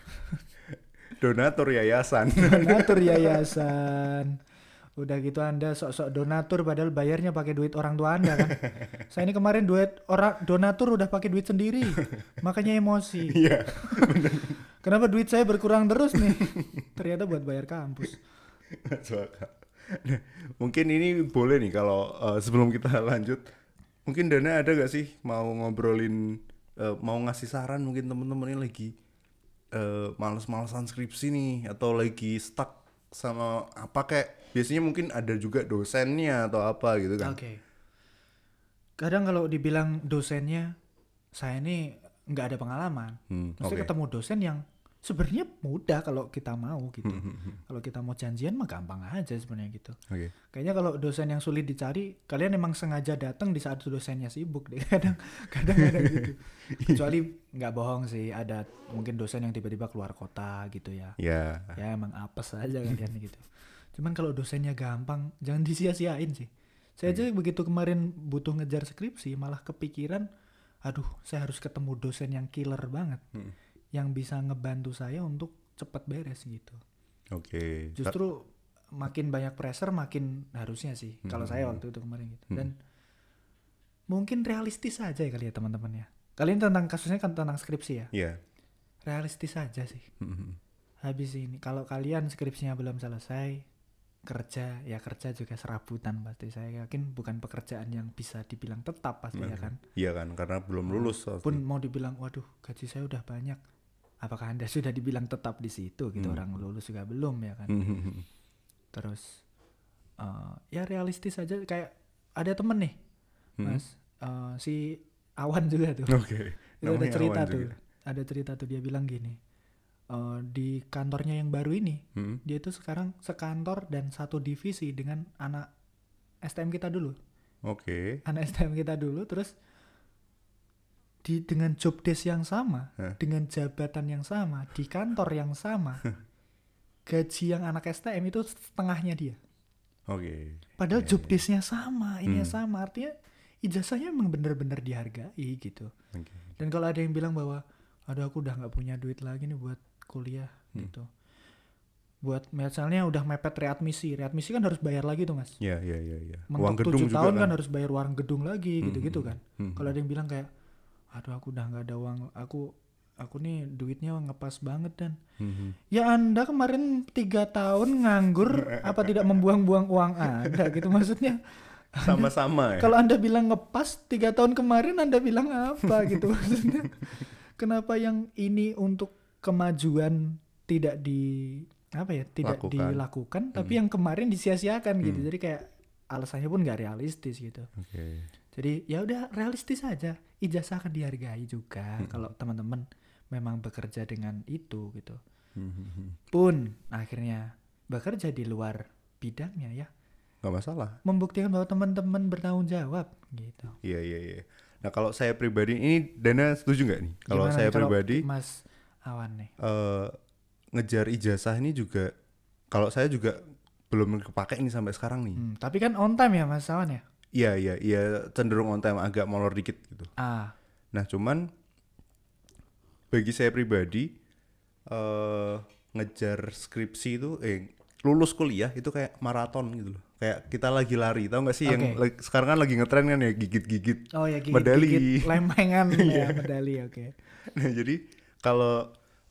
Donatur yayasan.
Donatur yayasan. Udah gitu Anda sok-sok donatur padahal bayarnya pakai duit orang tua Anda kan. Saya ini kemarin duit orang donatur udah pakai duit sendiri. Makanya emosi.
Iya.
Kenapa duit saya berkurang terus nih? Ternyata buat bayar kampus.
Masuk akal. Nah, mungkin ini boleh nih kalau sebelum kita lanjut, mungkin Dana ada gak sih mau ngobrolin, mau ngasih saran mungkin temen-temen ini lagi males-malesan skripsi nih atau lagi stuck sama apa kayak biasanya mungkin ada juga dosennya atau apa gitu kan.
Oke. Kadang kalau dibilang dosennya, saya ini nggak ada pengalaman. Mesti
Oke.
ketemu dosen yang sebenarnya mudah kalau kita mau gitu. Kalau kita mau janjian mah gampang aja sebenarnya gitu.
Oke.
Kayaknya kalau dosen yang sulit dicari, kalian emang sengaja datang di saat dosennya sibuk deh. Kadang ada gitu. Kecuali nggak bohong sih, ada mungkin dosen yang tiba-tiba keluar kota gitu ya.
Ya.
Ya emang apes aja kalian gitu. Cuman kalau dosennya gampang, jangan disia-siain sih. Saya aja begitu kemarin butuh ngejar skripsi, malah kepikiran, aduh saya harus ketemu dosen yang killer banget. Yang bisa ngebantu saya untuk cepat beres gitu.
Oke.
Justru makin banyak pressure makin harusnya sih kalau saya waktu itu kemarin gitu. Dan mungkin realistis aja ya kali ya teman-teman ya. Kalian tentang kasusnya kan tentang skripsi ya.
Iya.
Realistis aja sih. Habis ini kalau kalian skripsinya belum selesai, kerja juga serabutan pasti. Saya yakin bukan pekerjaan yang bisa dibilang tetap pasti ya kan.
Iya kan karena belum lulus.
Pun mau dibilang waduh gaji saya udah banyak, apakah Anda sudah dibilang tetap di situ gitu? Orang lulus juga belum ya kan. Terus ya realistis aja, kayak ada temen nih Mas, si Awan juga tuh.
Oke.
Itu ada
Namanya
cerita
Awan
tuh
juga.
ada cerita tuh dia bilang gini, di kantornya yang baru ini dia tuh sekarang sekantor dan satu divisi dengan anak STM kita dulu.
Oke.
Anak STM kita dulu, terus dengan job desk yang sama, dengan jabatan yang sama, di kantor yang sama, gaji yang anak STM itu setengahnya dia.
Oke.
Padahal job desk-nya sama, ininya sama, artinya ijazahnya memang benar-benar dihargai gitu.
Oke.
Dan kalau ada yang bilang bahwa, aduh aku udah nggak punya duit lagi nih buat kuliah gitu, buat misalnya udah mepet readmisi kan harus bayar lagi tuh Mas.
Iya.
Mentok 7 tahun kan harus bayar uang gedung lagi gitu-gitu kan. Kalau ada yang bilang kayak, aduh aku udah nggak ada uang, aku nih duitnya ngepas banget dan ya Anda kemarin 3 tahun nganggur, apa tidak membuang-buang uang Anda gitu maksudnya.
Sama-sama ya.
Kalau Anda bilang ngepas 3 tahun kemarin, Anda bilang apa gitu maksudnya. Kenapa yang ini untuk kemajuan tidak dilakukan, tapi yang kemarin disia-siakan gitu. Jadi kayak alasannya pun nggak realistis gitu.
Oke.
Jadi ya udah realistis aja, ijazah akan dihargai juga kalau teman-teman memang bekerja dengan itu gitu. Pun akhirnya bekerja di luar bidangnya ya,
Nggak masalah.
membuktikan bahwa teman-teman bertanggung jawab gitu.
Iya. Nah kalau saya pribadi ini Dana setuju nggak nih? Kalau
Gimana
saya
nih kalau
pribadi
Mas Awan nih.
Ngejar ijazah ini juga, kalau saya juga belum kepake ini sampai sekarang nih.
Tapi kan on time ya Mas Awan ya?
Iya cenderung on time, agak molor dikit gitu. Nah cuman bagi saya pribadi ngejar skripsi itu lulus kuliah itu kayak maraton gitu loh. Kayak kita lagi lari, tahu nggak sih yang sekarang kan lagi ngetren kan ya gigit-gigit
Oh ya,
medali,
lempengan ya, medali. Oke.
Nah, jadi kalau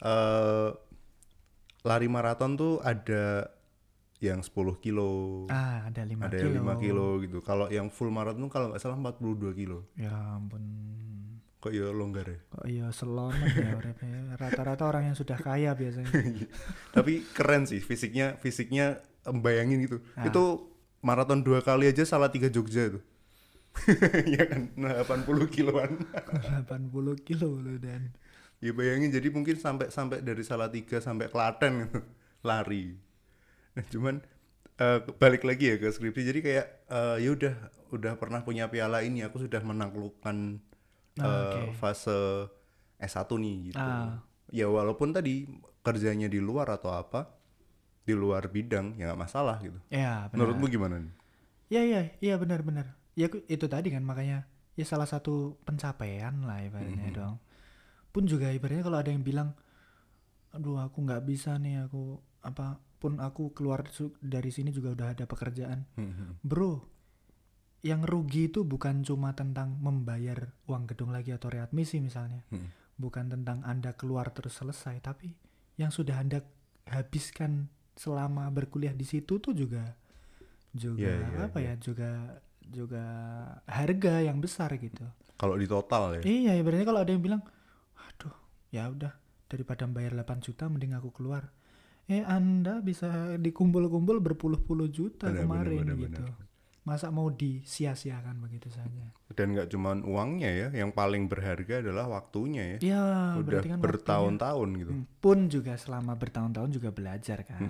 lari maraton tuh ada yang 10 kilo,
Ada 5
ada
kilo.
yang 5 kilo gitu. Kalau yang full maraton kalau nggak salah 42 kilo.
Ya ampun.
Kok ya longgar ya?
Kok iya selamat ya uripnya. Rata-rata orang yang sudah kaya biasanya.
Tapi keren sih fisiknya bayangin gitu. Itu maraton 2 kali aja Salatiga Jogja itu. Ya kan 80 kiloan.
80 kilo loh Dan.
Ya bayangin jadi mungkin sampai dari Salatiga sampai Klaten gitu, lari. Nah, cuman balik lagi ya ke skripsi. Jadi kayak ya udah pernah punya piala ini, aku sudah menaklukkan fase S1 nih gitu. Ya walaupun tadi kerjanya di luar atau apa, di luar bidang ya nggak masalah gitu.
Ya, benar.
Menurutmu gimana nih?
Iya benar. Ya itu tadi kan makanya ya salah satu pencapaian lah ibaratnya dong. Pun juga ibaratnya kalau ada yang bilang, aduh aku nggak bisa nih, aku pun aku keluar dari sini juga udah ada pekerjaan. Bro, yang rugi itu bukan cuma tentang membayar uang gedung lagi atau readmisi misalnya. Bukan tentang Anda keluar terus selesai, tapi yang sudah Anda habiskan selama berkuliah di situ tuh juga juga harga yang besar gitu.
Kalau di total ya.
Iya, berarti kalau ada yang bilang, aduh, ya udah daripada bayar 8 juta mending aku keluar. Anda bisa dikumpul-kumpul berpuluh-puluh juta kemarin gitu. Masa mau disia-siakan begitu saja?
Dan nggak cuma uangnya ya, yang paling berharga adalah waktunya ya.
Iya,
udah
kan
bertahun-tahun gitu.
Pun juga selama bertahun-tahun juga belajar kan.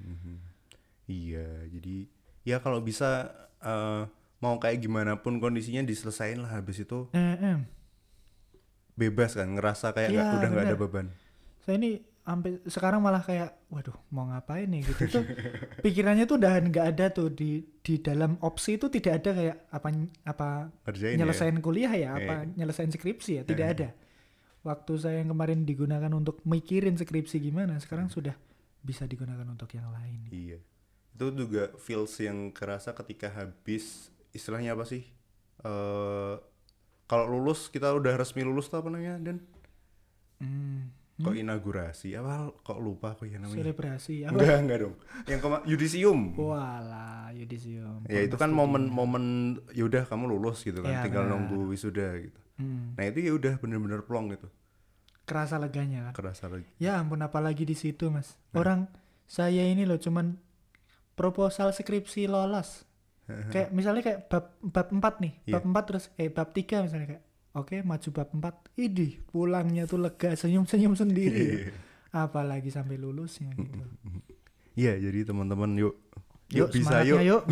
Iya, jadi ya kalau bisa mau kayak gimana pun kondisinya diselesain lah, habis itu bebas kan, ngerasa kayak udah nggak ada beban.
Saya ini sampai sekarang malah kayak waduh mau ngapain nih gitu tuh pikirannya tuh udah nggak ada tuh di dalam opsi itu tidak ada kayak apa nyelesain kuliah ya nyelesain skripsi ya tidak ada. Waktu saya yang kemarin digunakan untuk mikirin skripsi gimana, sekarang sudah bisa digunakan untuk yang lain.
Iya, itu juga feels yang kerasa ketika habis, istilahnya apa sih, kalau lulus, kita udah resmi lulus tuh apa namanya Dan? Kok inaugurasi apa, kok lupa aku ya namanya,
selebrasi apa?
Enggak dong, yang yudisium.
Walah, yudisium
ya itu kan momen ya udah kamu lulus gitu kan ya, tinggal nunggu wisuda gitu. Nah itu ya udah bener-bener plong gitu,
kerasa leganya kan.
Kerasa lagi.
Ya ampun, apalagi di situ mas. Orang saya ini loh cuman proposal skripsi lolos. Kayak misalnya kayak bab 4 nih, bab 4 terus bab 3 misalnya kayak oke, maju bab 4. Idih, pulangnya tuh lega, senyum-senyum sendiri. Apalagi sampai lulusnya gitu.
Iya, jadi teman-teman yuk bisa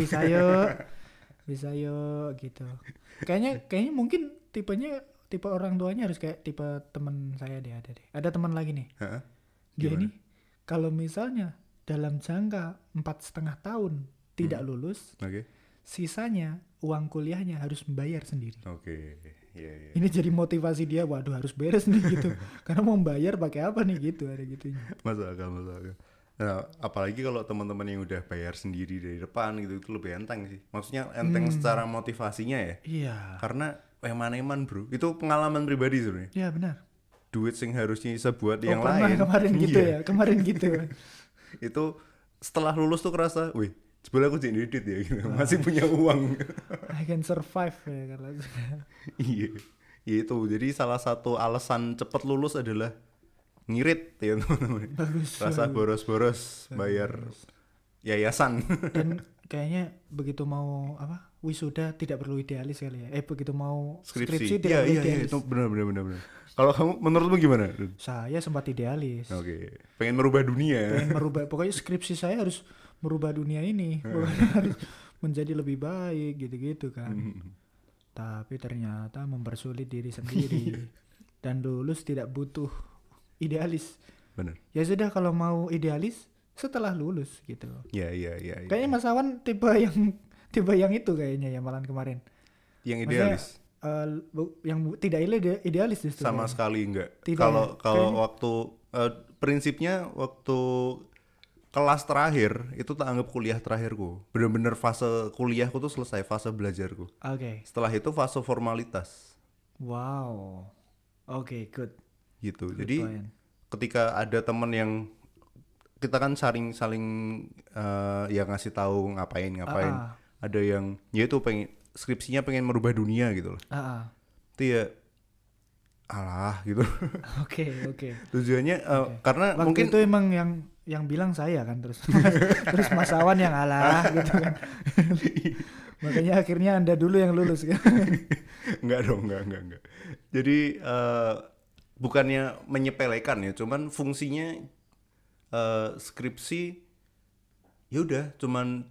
bisa yuk gitu. Kayaknya mungkin tipe orang tuanya harus kayak tipe teman saya deh, ada teman lagi nih. Dia ini kalau misalnya dalam jangka 4,5 tahun tidak lulus, sisanya uang kuliahnya harus membayar sendiri.
Yeah.
Ini jadi motivasi dia, waduh harus beres nih gitu. Karena mau bayar pakai apa nih gitu, ada gitunya.
Masuk akal. Nah, apalagi kalau teman-teman yang udah bayar sendiri dari depan gitu, itu lebih enteng sih. Maksudnya enteng secara motivasinya ya.
Iya.
Karena eman bro, itu pengalaman pribadi sebenarnya.
Iya benar.
Duit sing harusnya bisa buat yang lain.
Kemarin gitu ya.
Itu setelah lulus tuh kerasa, wih, sebenernya aku jadi duit ya gitu. Masih punya uang.
I can survive ya karena.
Iya. Itu jadi salah satu alasan cepat lulus adalah ngirit ya teman-teman. Rasa boros-boros bayar yayasan. Dan
kayaknya begitu mau wisuda tidak perlu idealis kali ya. Begitu mau
skripsi
tidak perlu idealis.
Iya, itu benar. Kalau kamu, menurutmu gimana?
Saya sempat idealis.
Oke. Pengen merubah dunia.
Pokoknya skripsi saya harus merubah dunia ini. Harus menjadi lebih baik gitu-gitu kan. Tapi ternyata mempersulit diri sendiri. Dan lulus tidak butuh idealis.
Benar.
Ya sudah, kalau mau idealis setelah lulus gitu.
Iya.
Kayaknya Mas Awan tipe yang itu kayaknya ya malam kemarin.
Yang idealis.
Yang tidak idealis justru.
Sama sekali enggak. Kalau waktu prinsipnya waktu kelas terakhir itu tak anggap kuliah terakhirku. Bener-bener fase kuliahku tuh selesai, fase belajarku.
Oke.
Setelah itu fase formalitas
Wow. Oke, good.
gitu.
Good
Jadi
point.
ketika ada temen yang kita kan saling ya ngasih tahu ngapain. Ada yang ya itu pengen skripsinya pengen merubah dunia gitu loh. Itu ya alah gitu.
Oke.
Tujuannya karena
Waktu
mungkin
itu emang yang bilang saya kan terus terus Mas Awan yang alah gitu kan. Makanya akhirnya Anda dulu yang lulus kan.
enggak dong, enggak. Jadi bukannya menyepelekan ya, cuman fungsinya skripsi ya udah cuman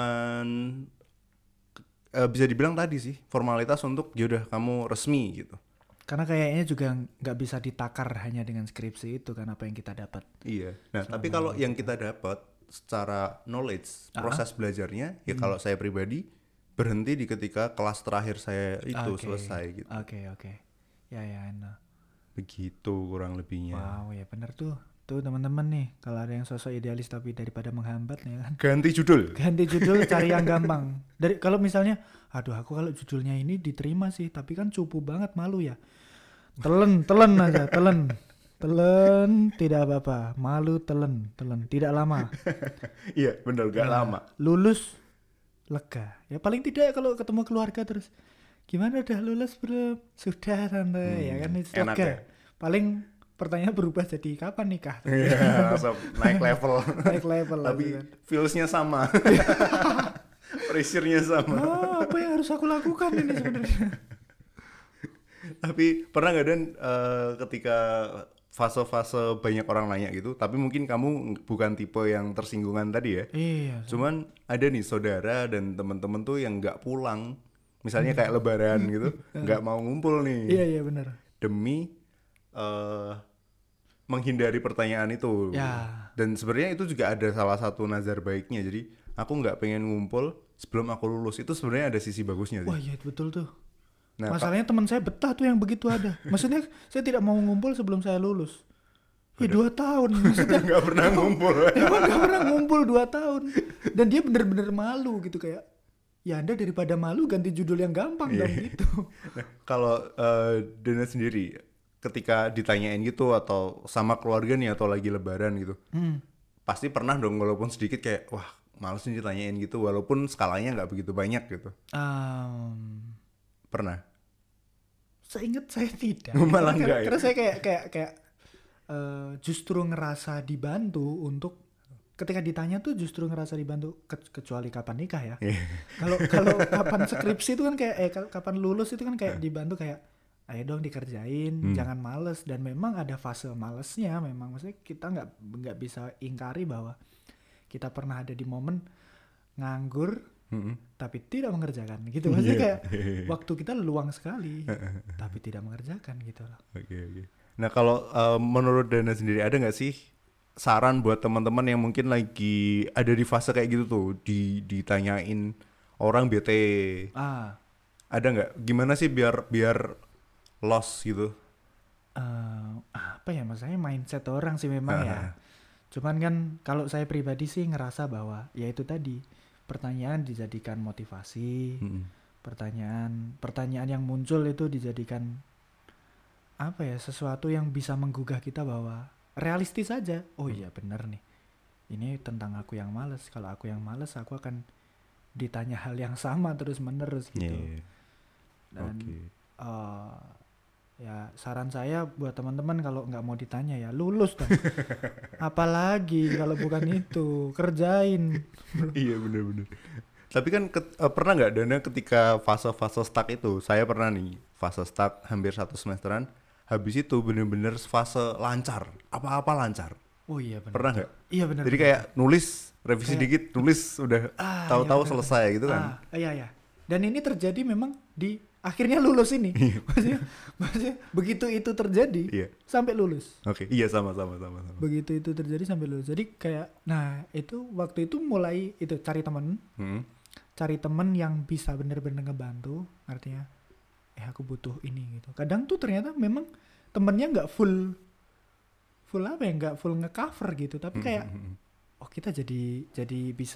bisa dibilang tadi sih formalitas untuk ya udah kamu resmi gitu.
Karena kayaknya juga nggak bisa ditakar hanya dengan skripsi itu kan apa yang kita dapat.
Iya. Nah, tapi kalau yang kita dapat secara knowledge, proses belajarnya ya kalau saya pribadi berhenti di ketika kelas terakhir saya itu selesai gitu.
Oke. Ya, enak.
Begitu kurang lebihnya.
Wow, ya benar tuh. Tuh teman-teman nih, kalau ada yang sosok idealis tapi daripada menghambat ya kan.
Ganti judul.
Ganti judul cari yang gampang. Dari kalau misalnya, aduh aku kalau judulnya ini diterima sih, tapi kan cupu banget malu ya. Telen aja, telen, tidak apa-apa. Malu telen, tidak lama.
Iya, benar gak lama.
Lulus lega. Ya paling tidak kalau ketemu keluarga terus gimana udah lulus belum? Sudah tante, ya kan itu
enak
lega.
ya?
Paling pertanyaan berubah jadi kapan nikah?
Iya, langsung naik level.
Naik level
Tapi
kan.
feels-nya sama. Pressure-nya sama.
Apa yang harus aku lakukan ini sebenarnya?
Tapi pernah nggak Dan ketika fase-fase banyak orang nanya gitu, tapi mungkin kamu bukan tipe yang tersinggungan tadi ya?
Iya.
Cuman ada nih saudara dan teman-teman tuh yang nggak pulang, misalnya kayak Lebaran gitu, nggak mau ngumpul nih.
Iya benar.
Demi menghindari pertanyaan itu.
Ya.
Dan sebenarnya itu juga ada salah satu nazar baiknya. Jadi aku nggak pengen ngumpul sebelum aku lulus. Itu sebenarnya ada sisi bagusnya sih.
Wah iya betul tuh.
Nah,
masalahnya teman saya betah tuh yang begitu ada. Maksudnya saya tidak mau ngumpul sebelum saya lulus. 2 tahun. Maksudnya
nggak pernah ngumpul.
Emang gak pernah ngumpul 2 tahun. Dan dia bener-bener malu gitu kayak. Ya Anda daripada malu ganti judul yang gampang dong gitu.
Nah, kalau Dana sendiri ketika ditanyain gitu atau sama keluarga nih atau lagi Lebaran gitu, pasti pernah dong walaupun sedikit kayak wah males nih ditanyain gitu walaupun skalanya nggak begitu banyak gitu. Pernah?
Seingat saya tidak.
Malah enggak ya?
Karena saya kayak justru ngerasa dibantu untuk ketika ditanya tuh justru ngerasa dibantu kecuali kapan nikah ya. Kalau kapan skripsi itu kan kayak kapan lulus itu kan kayak dibantu kayak ayo dong dikerjain, jangan males. Dan memang ada fase malesnya memang. Maksudnya kita nggak bisa ingkari bahwa kita pernah ada di momen nganggur tapi tidak mengerjakan gitu. Maksudnya kayak waktu kita luang sekali tapi tidak mengerjakan gitu loh.
Oke. Nah kalau menurut Dana sendiri ada nggak sih saran buat teman-teman yang mungkin lagi ada di fase kayak gitu tuh ditanyain orang bete? Ada nggak? Gimana sih biar loss gitu?
Apa ya maksudnya mindset orang sih memang ya. Cuman kan kalau saya pribadi sih ngerasa bahwa ya itu tadi pertanyaan dijadikan motivasi, pertanyaan yang muncul itu dijadikan apa ya sesuatu yang bisa menggugah kita bahwa realistis saja. Oh iya benar nih, ini tentang aku yang malas. Kalau aku yang malas aku akan ditanya hal yang sama terus menerus gitu. Dan ya saran saya buat teman-teman kalau nggak mau ditanya ya lulus dong. Apalagi kalau bukan itu kerjain.
Iya benar. Tapi kan pernah nggak Dana ketika fase-fase stuck itu? Saya pernah nih fase stuck hampir 1 semesteran. Habis itu bener-bener fase lancar, apa-apa lancar.
Oh iya benar.
Pernah nggak?
Iya benar.
Jadi kayak nulis revisi dikit, nulis udah tahu-tahu selesai gitu kan?
Iya. Dan ini terjadi memang di akhirnya lulus ini. maksudnya begitu itu terjadi sampai lulus.
Oke, iya sama.
Begitu itu terjadi sampai lulus. Jadi kayak nah itu waktu itu mulai itu cari teman. Cari teman yang bisa benar-benar ngebantu, artinya aku butuh ini gitu. Kadang tuh ternyata memang temennya nggak full full apa ya, nggak full ngecover gitu, tapi kayak oh kita jadi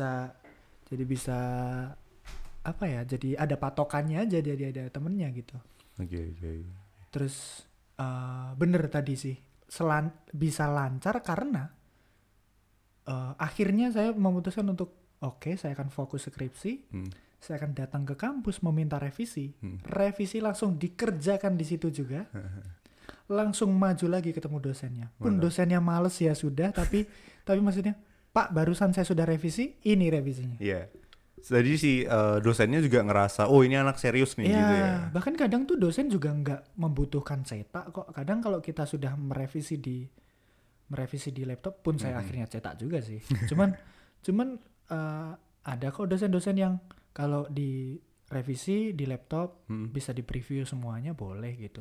bisa apa ya, jadi ada patokannya aja, jadi ada temennya gitu.
Oke.
Terus bener tadi sih bisa lancar karena akhirnya saya memutuskan untuk oke, saya akan fokus skripsi. Saya akan datang ke kampus meminta revisi. Revisi langsung dikerjakan di situ juga. Langsung maju lagi ketemu dosennya. Pun dosennya males ya sudah, tapi maksudnya, Pak, barusan saya sudah revisi, ini revisinya.
Iya. Jadi si dosennya juga ngerasa, oh ini anak serius nih gitu ya.
Bahkan kadang tuh dosen juga nggak membutuhkan cetak kok. Kadang kalau kita sudah merevisi di laptop pun saya akhirnya cetak juga sih. Cuman ada kok dosen-dosen yang kalau di revisi di laptop bisa di preview semuanya, boleh gitu.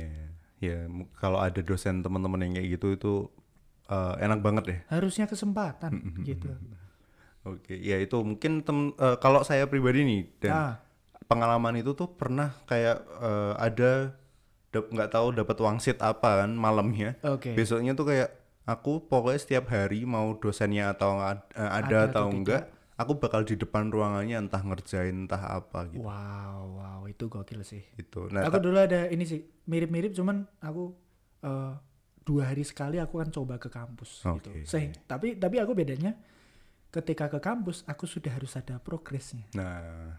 Kalau ada dosen teman-teman yang kayak gitu itu enak banget deh.
Harusnya kesempatan gitu.
Oke, ya itu mungkin kalau saya pribadi nih dan pengalaman itu tuh pernah kayak ada nggak tahu dapat wangsit apa kan malamnya. Besoknya tuh kayak aku pokoknya setiap hari mau dosennya atau ada atau enggak, aku bakal di depan ruangannya entah ngerjain entah apa gitu.
Wow, itu gokil sih.
Itu.
Nah, aku dulu ada ini sih mirip-mirip, cuman aku 2 hari sekali aku kan coba ke kampus gitu. Tapi aku bedanya ketika ke kampus aku sudah harus ada progresnya.
Nah,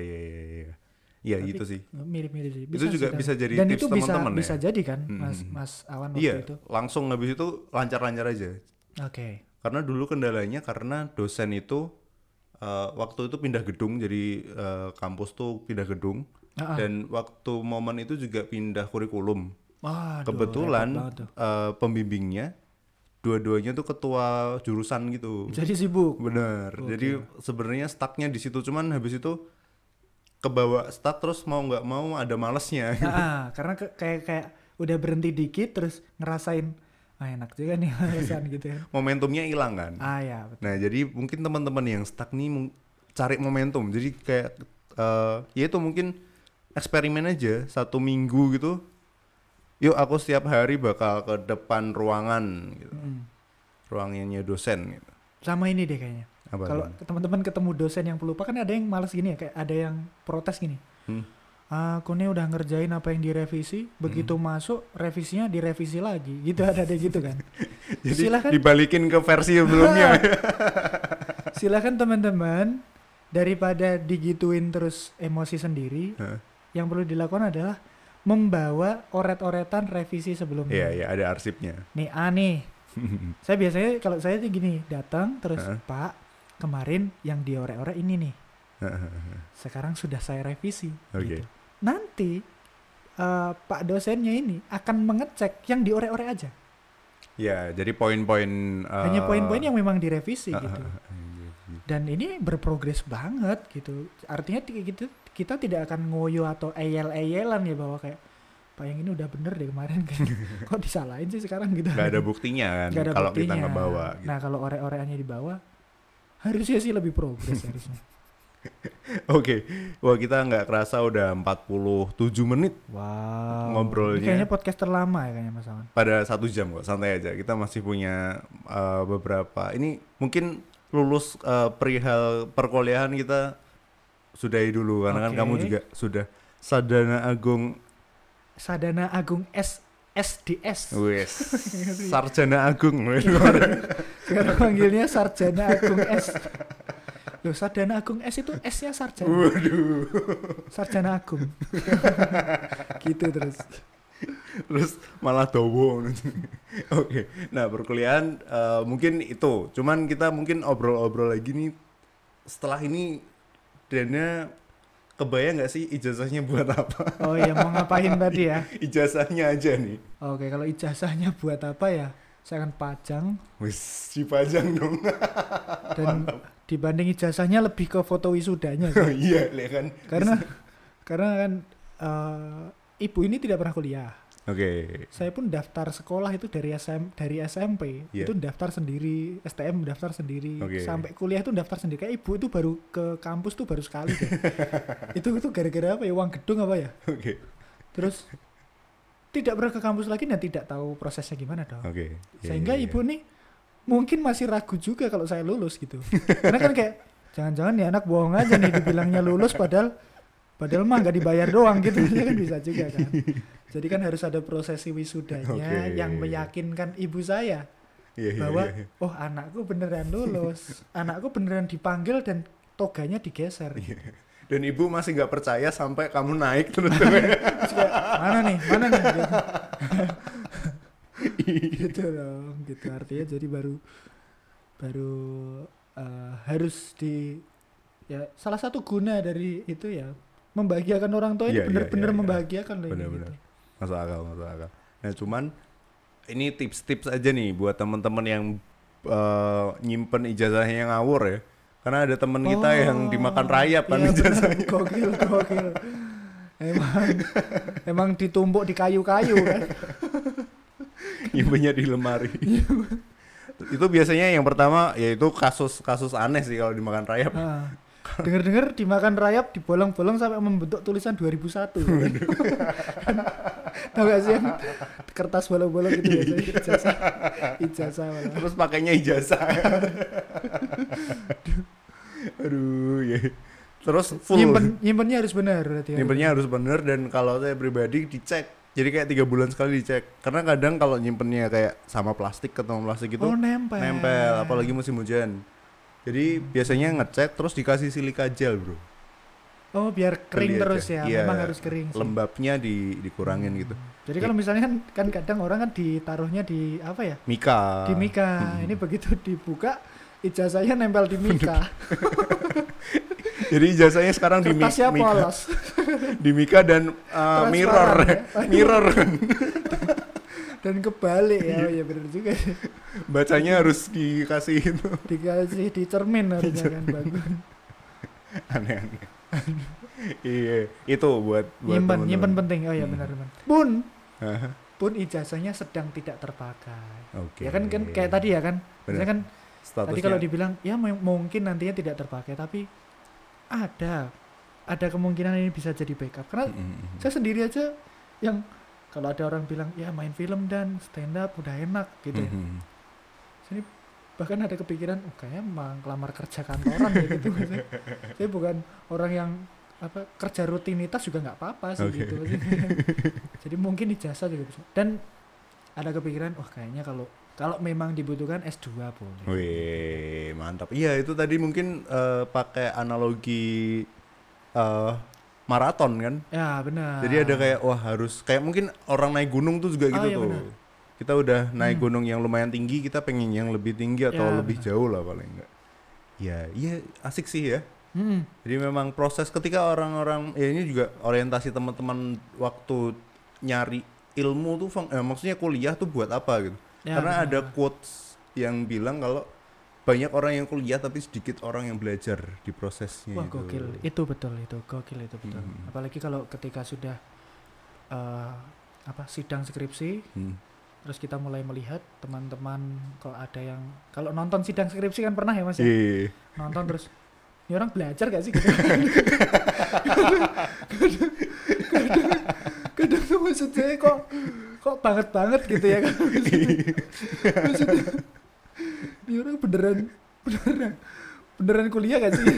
ya
tapi
gitu sih.
Mirip-mirip sih.
Itu juga bisa jadi
dan
tips
itu
teman-teman ya.
Bisa jadi kan, Mas Awan waktu itu.
Langsung habis itu lancar-lancar aja. Karena dulu kendalanya karena dosen itu waktu itu pindah gedung, jadi kampus tuh pindah gedung dan waktu momen itu juga pindah kurikulum. Kebetulan pembimbingnya dua-duanya tuh ketua jurusan gitu.
Jadi sibuk.
Bener. Jadi sebenarnya stucknya di situ, cuman habis itu kebawa stuck terus mau nggak mau ada malesnya.
Karena kayak udah berhenti dikit terus ngerasain enak juga nih alasan gitu ya.
Momentumnya hilang kan.
Ya betul.
Nah jadi mungkin teman-teman yang stuck nih cari momentum. Jadi kayak ya itu mungkin eksperimen aja 1 minggu gitu. Yuk aku setiap hari bakal ke depan ruangan gitu. Ruangannya dosen gitu.
Sama ini deh kayaknya. Kalau teman-teman ketemu dosen yang pelupa kan ada yang malas gini ya, kayak ada yang protes gini. Aku nih udah ngerjain apa yang direvisi, begitu masuk revisinya direvisi lagi. Gitu ada gitu kan.
Jadi silakan dibalikin ke versi sebelumnya.
Silakan teman-teman, daripada digituin terus emosi sendiri, yang perlu dilakukan adalah membawa oret-oretan revisi sebelumnya.
Iya, ada arsipnya.
Nih. Saya biasanya kalau saya tuh gini, datang terus, Pak, kemarin yang diorek-orek ini nih. Sekarang sudah saya revisi. Gitu. Nanti Pak dosennya ini akan mengecek yang diorek-orek aja.
Ya, jadi poin-poin
hanya poin-poin yang memang direvisi gitu. Dan ini berprogres banget gitu. Artinya kita tidak akan ngoyo atau eyel-eyelan ya bahwa kayak Pak yang ini udah bener deh kemarin kan. Kok disalahin sih sekarang gitu.
Gak ada buktinya kan kalau kita ngebawa gitu.
Nah kalau orek-orekannya dibawa harusnya sih lebih progres harusnya.
Oke. Wah kita gak kerasa udah 47 menit.
Wow.
Ngobrolnya.
Ini kayaknya podcast terlama ya kayaknya Mas Awan.
Pada 1 jam kok, santai aja. Kita masih punya beberapa. Ini mungkin lulus perihal perkuliahan kita sudahi dulu karena kan kamu juga sudah Sadana Agung SDS.
Wes.
Sarjana Agung.
Sekarang panggilnya Sarjana Agung S. Loh, Sarjana Agung S itu S-nya sarjana.
Waduh.
Sarjana Agung. Gitu terus.
Terus malah dowo. Oke. Nah, perkuliahan mungkin itu. Cuman kita mungkin obrol-obrol lagi nih setelah ini. Dana kebayang nggak sih ijazahnya buat apa?
Oh iya, mau ngapain tadi ya?
Ijazahnya aja nih.
Oke, kalau ijazahnya buat apa ya? Saya akan pajang.
Wis, dipajang dong.
Dan dibanding ijazahnya lebih ke foto wisudanya sih.
Oh iya, lihat kan.
Karena kan ibu ini tidak pernah kuliah.
Oke.
Saya pun daftar sekolah itu dari SMP itu daftar sendiri, STM daftar sendiri, sampai kuliah itu daftar sendiri. Kayak ibu itu baru ke kampus tuh baru sekali deh. itu gara-gara apa ya, uang gedung apa ya?
Oke.
Terus tidak pernah ke kampus lagi dan tidak tahu prosesnya gimana dong.
Oke.
Sehingga ibu nih mungkin masih ragu juga kalau saya lulus gitu. Karena kan kayak jangan-jangan nih anak bohong aja nih dibilangnya lulus padahal mah nggak dibayar doang gitu. Ya kan bisa juga kan. Jadi kan harus ada prosesi wisudanya yang meyakinkan ibu saya bahwa oh anakku beneran lulus, anakku beneran dipanggil dan toganya digeser.
Dan ibu masih nggak percaya sampai kamu naik terus.
mana nih gitu dong, gitu artinya jadi baru harus ya salah satu guna dari itu ya membahagiakan orang tua ini benar-benar membahagiakan loh ini gitu.
Masuk akal. Nah cuman ini tips-tips aja nih buat teman-teman yang nyimpen ijazahnya yang ngawur ya. Karena ada teman kita yang dimakan rayap kan ijazahnya.
Gokil. Emang ditumpuk di kayu-kayu kan.
Nyimpennya di lemari. Itu biasanya yang pertama yaitu kasus aneh sih kalau dimakan rayap.
Dengar-dengar dimakan rayap dibolong-bolong sampai membentuk tulisan 2001. Tahu gak sih yang kertas bolong-bolong gitu biasanya ijazah malah.
Terus pakainya ijazah. Aduh ya. Terus full
nyimpennya harus benar berarti.
Nyimpennya harus benar dan kalau saya pribadi dicek. Jadi kayak 3 bulan sekali dicek. Karena kadang kalau nyimpennya kayak sama plastik ketemu plastik itu nempel apalagi musim hujan. Jadi biasanya ngecek terus dikasih silika gel, bro.
Oh, biar kering terus ya.
Iya,
memang harus kering sih.
Lembabnya dikurangin gitu.
Jadi kalau misalnya kan kadang orang kan ditaruhnya di apa ya?
Mika.
Di Mika. Ini begitu dibuka ijazahnya nempel di Mika.
Jadi ijazahnya sekarang di Mika.
Polos.
Di Mika dan mirror.
Ya.
Mirror.
Dan kebalik ya. Ya benar juga.
Bacanya harus dikasih itu.
Dikasih di cermin harusnya kan bagus.
Aneh-aneh. Iya, itu buat
nyimpen penting. Oh ya benar. Pun ijazahnya sedang tidak terpakai.
Okay.
Ya kan kayak tadi ya kan. Misalnya kan
statusnya.
Tadi kalau dibilang ya mungkin nantinya tidak terpakai, tapi ada kemungkinan ini bisa jadi backup. Karena saya sendiri aja yang kalau ada orang bilang ya main film dan stand up udah enak gitu ya. Sini bahkan ada kepikiran kayaknya emang kelamar kerja kantoran ya gitu. Saya bukan orang yang kerja rutinitas juga nggak apa-apa sih gitu. Jadi mungkin ijazah juga bisa. Dan ada kepikiran kayaknya kalau memang dibutuhkan S2 boleh.
Wih, mantap. Iya, itu tadi mungkin pakai analogi maraton kan?
Ya, benar.
Jadi ada kayak harus kayak mungkin orang naik gunung tuh juga gitu tuh. Benar. Kita udah naik gunung yang lumayan tinggi, kita pengen yang lebih tinggi atau lebih jauh lah paling enggak. Ya, iya asik sih ya. Jadi memang proses ketika orang-orang ini juga orientasi teman-teman waktu nyari ilmu tuh maksudnya kuliah tuh buat apa gitu. Ya, karena ada quotes yang bilang kalau banyak orang yang kuliah tapi sedikit orang yang belajar di prosesnya.
Wah, gokil. Itu betul. Apalagi kalau ketika sudah sidang skripsi, terus kita mulai melihat teman-teman kalau nonton sidang skripsi kan pernah ya Mas ya? Nonton terus ini orang belajar gak sih gitu? kadang tuh maksudnya kok banget gitu ya kan? Maksudnya ini orang beneran kuliah gak sih?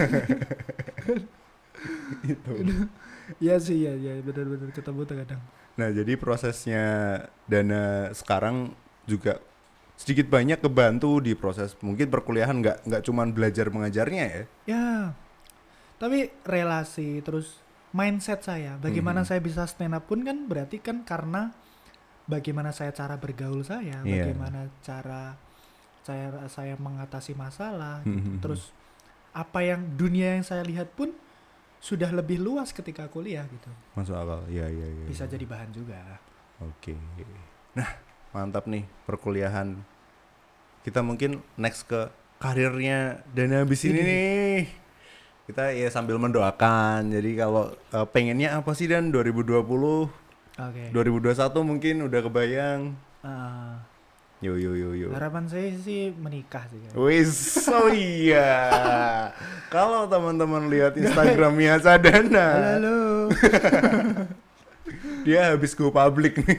Itu.
Iya sih ya benar-benar ketemu kadang.
Nah jadi prosesnya Dana sekarang juga sedikit banyak kebantu di proses mungkin perkuliahan nggak cuman belajar mengajarnya ya.
Ya, tapi relasi terus mindset saya, bagaimana saya bisa stand up pun kan berarti kan karena bagaimana cara bergaul saya, bagaimana cara saya mengatasi masalah, terus apa yang dunia yang saya lihat pun sudah lebih luas ketika kuliah gitu.
Masuk akal, iya.
Bisa jadi bahan juga.
Oke. Nah, mantap nih perkuliahan. Kita mungkin next ke karirnya Dana habis ini nih. Kita ya sambil mendoakan. Jadi kalau pengennya apa sih Dan 2020?
Oke.
2021 mungkin udah kebayang. Yo.
Harapan saya sih menikah sih.
Wis, oh iya. Kalau teman-teman lihat Instagramnya Sadana.
Halo.
Dia habis go public nih.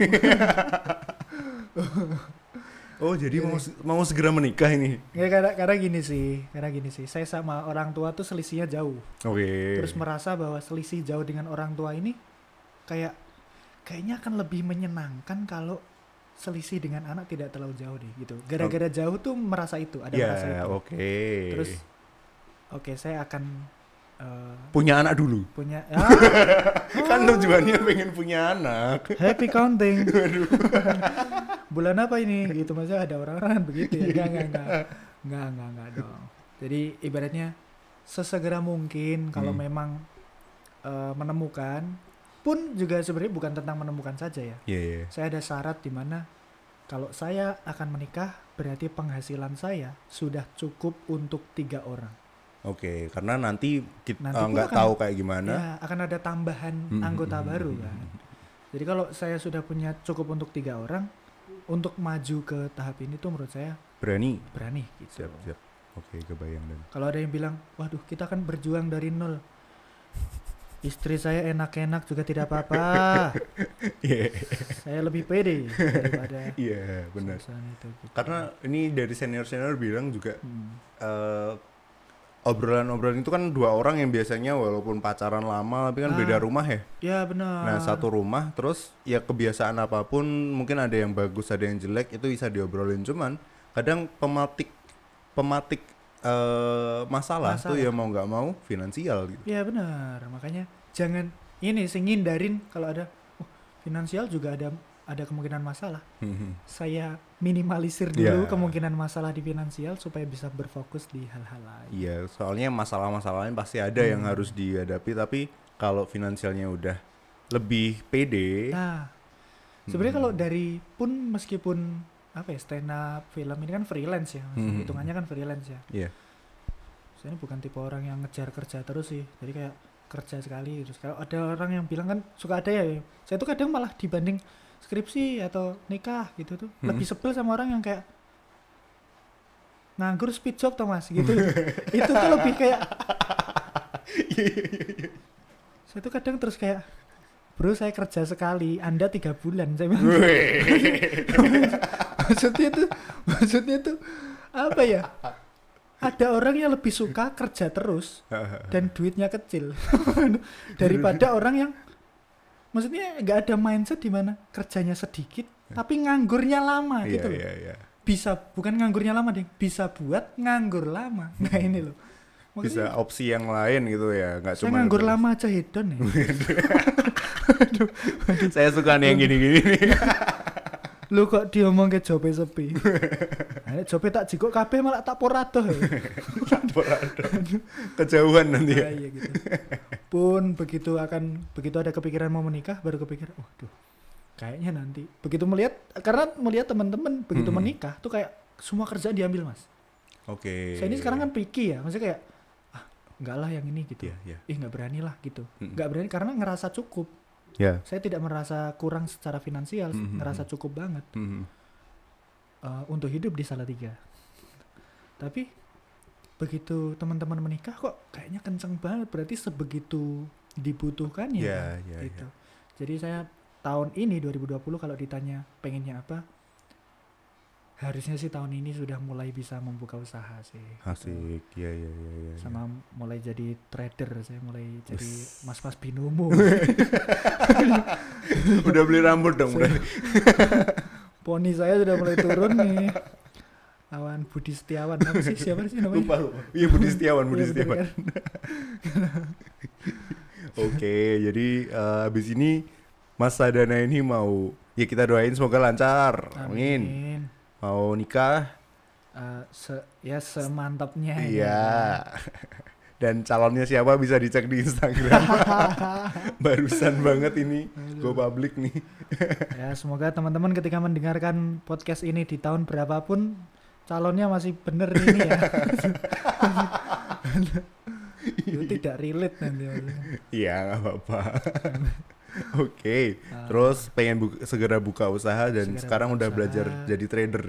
Oh jadi mau segera menikah ini?
Ya karena gini sih, saya sama orang tua tuh selisihnya jauh.
Oke.
Terus merasa bahwa selisih jauh dengan orang tua ini kayaknya akan lebih menyenangkan kalau selisih dengan anak tidak terlalu jauh deh gitu. Gara-gara jauh tuh merasa itu, merasa itu.
Oke.
Terus saya akan
punya anak dulu.
Punya
Kan tujuannya pengen punya anak.
Happy counting. Bulan apa ini? Gitu maksudnya ada orang-orang begitu ya. Enggak dong. Jadi ibaratnya sesegera mungkin kalau memang menemukan, pun juga sebenarnya bukan tentang menemukan saja ya.
Yeah.
Saya ada syarat di mana kalau saya akan menikah berarti penghasilan saya sudah cukup untuk 3 orang.
Oke, karena nanti kita nggak tahu kayak gimana.
Ya, akan ada tambahan anggota baru kan. Jadi kalau saya sudah punya cukup untuk 3 orang, untuk maju ke tahap ini tuh menurut saya berani gitu.
Siap. Oke, kebayang dan.
Kalau ada yang bilang, waduh kita kan berjuang dari nol. Istri saya enak-enak juga tidak apa-apa. Saya lebih pede daripada.
Iya, benar.
Itu, gitu.
Karena ini dari senior bilang juga. Obrolan-obrolan itu kan 2 orang yang biasanya walaupun pacaran lama tapi kan beda rumah ya.
Ya benar.
Nah satu rumah terus ya kebiasaan apapun mungkin ada yang bagus ada yang jelek itu bisa diobrolin, cuman kadang pematik masalah tuh ya mau nggak mau finansial gitu.
Ya benar, makanya jangan ini ngindarin kalau ada finansial juga ada kemungkinan masalah. Saya minimalisir dulu kemungkinan masalah di finansial supaya bisa berfokus di hal-hal lain.
Iya, soalnya masalah-masalah lain pasti ada yang harus dihadapi, tapi kalau finansialnya udah lebih pede.
Nah, sebenarnya kalau dari meskipun stand up film ini kan freelance ya, hitungannya kan freelance ya.
Iya.
Saya ini bukan tipe orang yang ngejar kerja terus sih, jadi kayak kerja sekali. Terus kalau ada orang yang bilang kan suka ada ya, saya tuh kadang malah dibanding skripsi atau nikah gitu tuh lebih sebel sama orang yang kayak nganggur speed job Thomas gitu. Itu tuh lebih kayak saya tuh kadang terus kayak bro saya kerja sekali Anda 3 bulan saya bilang maksudnya tuh apa ya, ada orang yang lebih suka kerja terus dan duitnya kecil daripada orang yang maksudnya nggak ada mindset di mana kerjanya sedikit tapi nganggurnya lama gitu loh. Bisa bukan nganggurnya lama deh, bisa buat nganggur lama. Nah ini loh. Maksudnya,
bisa opsi yang lain gitu ya, nggak cuma
nganggur lama aja hedon ya.
Aduh. Saya suka nih yang gini-gini nih.
Lu kok diomong ke jope sepi. Nah, jope tak jikok kabeh malah tak porado.
Kejauhan nanti ya.
Iya gitu. Pun begitu ada kepikiran mau menikah baru kepikiran, waduh. Kayaknya nanti begitu karena melihat teman-teman begitu menikah tuh kayak semua kerjaan diambil, Mas.
Oke.
Saya ini sekarang kan picky ya, maksudnya kayak enggak lah yang ini gitu.
Yeah.
Enggak berani lah gitu. Enggak berani karena ngerasa cukup.
Yeah.
Saya tidak merasa kurang secara finansial, ngerasa cukup banget untuk hidup di Salatiga. Tapi begitu teman-teman menikah kok kayaknya kenceng banget, berarti sebegitu dibutuhkannya gitu. Jadi saya tahun ini 2020 kalau ditanya pengennya apa, harusnya sih tahun ini sudah mulai bisa membuka usaha sih.
Asik, iya.
Sama mulai jadi trader, saya mulai jadi mas-mas binomo.
Udah beli rambut dong berarti.
Poni saya sudah mulai turun nih. Lawan Budi Setiawan, siapa sih namanya?
Lupa. Iya Budi Setiawan.
Kan?
Oke, jadi habis ini Mas Sadana ini mau, ya kita doain semoga lancar. Amin. Mau nikah
semantapnya.
Iya. Dan calonnya siapa bisa dicek di Instagram. Barusan banget ini go public nih.
Ya semoga teman-teman ketika mendengarkan podcast ini di tahun berapapun calonnya masih bener ini ya. Itu tidak relate nanti.
Iya nggak apa-apa. Oke, terus pengen segera buka usaha dan sekarang udah belajar jadi trader.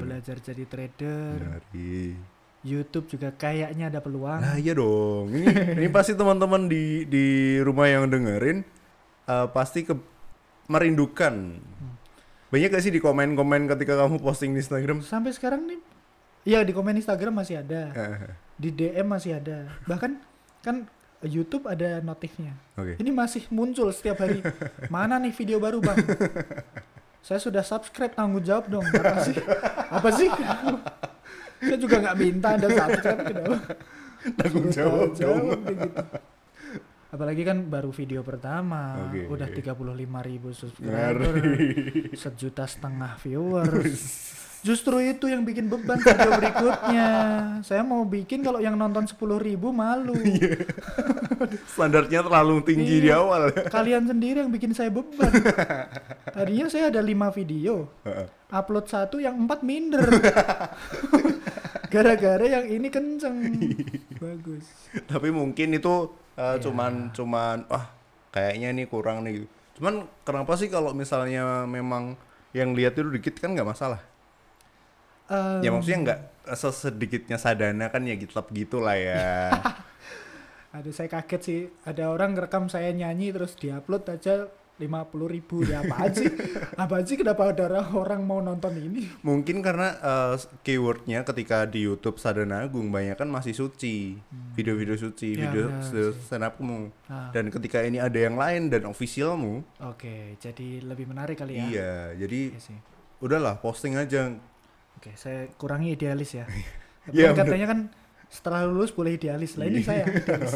Dari
YouTube juga kayaknya ada peluang.
Nah iya dong, ini pasti teman-teman di rumah yang dengerin pasti merindukan. Banyak gak sih di komen-komen ketika kamu posting di Instagram?
Sampai sekarang nih, ya di komen Instagram masih ada, di DM masih ada. Bahkan kan YouTube ada notifnya. Ini masih muncul setiap hari. Mana nih video baru bang? Saya sudah subscribe, tanggung jawab dong. Apa sih? Saya juga nggak minta Anda subscribe, kenapa?
Tanggung jawab dong.
Gitu. Apalagi kan baru video pertama, udah 35.000 subscriber, 1,5 juta viewers. Justru itu yang bikin beban video berikutnya. Saya mau bikin kalau yang nonton 10.000 malu.
Standarnya terlalu tinggi di awal.
Kalian sendiri yang bikin saya beban. Tadinya saya ada 5 video, upload 1 yang 4 minder. Gara-gara yang ini kenceng. Bagus.
Tapi mungkin itu cuman kayaknya ini kurang nih. Cuman kenapa sih kalau misalnya memang yang lihat itu dikit kan nggak masalah? Ya maksudnya nggak sesedikitnya Sadana kan ya gitu lah ya.
Aduh saya kaget sih, ada orang ngerekam saya nyanyi terus diupload aja 50.000. Ya apaan sih kenapa ada orang mau nonton ini?
Mungkin karena keywordnya ketika di YouTube Sadana Agung banyak kan masih suci, video-video suci, video stand up-mu. Dan ketika ini ada yang lain dan officialmu,
jadi lebih menarik kali ya.
Iya, jadi udahlah posting aja.
Saya kurangi idealis ya.
Ya,
katanya kan setelah lulus boleh idealis. Lah ini saya idealis.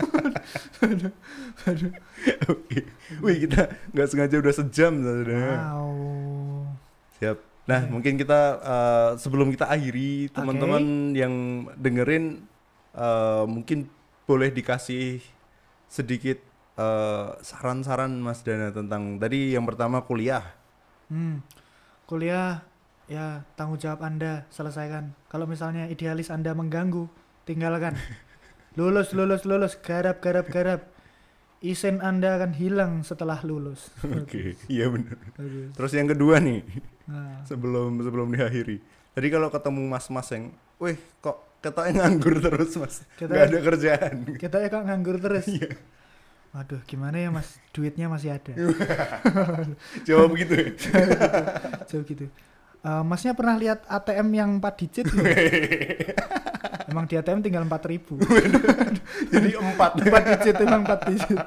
Wih kita nggak sengaja udah sejam.
Wow.
Siap. Nah mungkin kita sebelum kita akhiri, teman-teman yang dengerin mungkin boleh dikasih sedikit saran-saran Mas Dana tentang tadi yang pertama kuliah.
Kuliah ya tanggung jawab Anda, selesaikan. Kalau misalnya idealis Anda mengganggu, tinggalkan. Lulus, garap. Isen Anda akan hilang setelah lulus.
Iya benar. Terus yang kedua nih, sebelum diakhiri. Tadi kalau ketemu mas-mas yang, wih kok ketoknya nganggur terus mas, nggak ada kerjaan.
Ketoknya kok nganggur terus. Waduh, gimana ya mas, duitnya masih ada.
Jawab begitu ya?
Jawab gitu. Masnya pernah lihat ATM yang 4 digit? Emang di ATM tinggal 4.000.
Jadi 4
digit, emang 4 digit.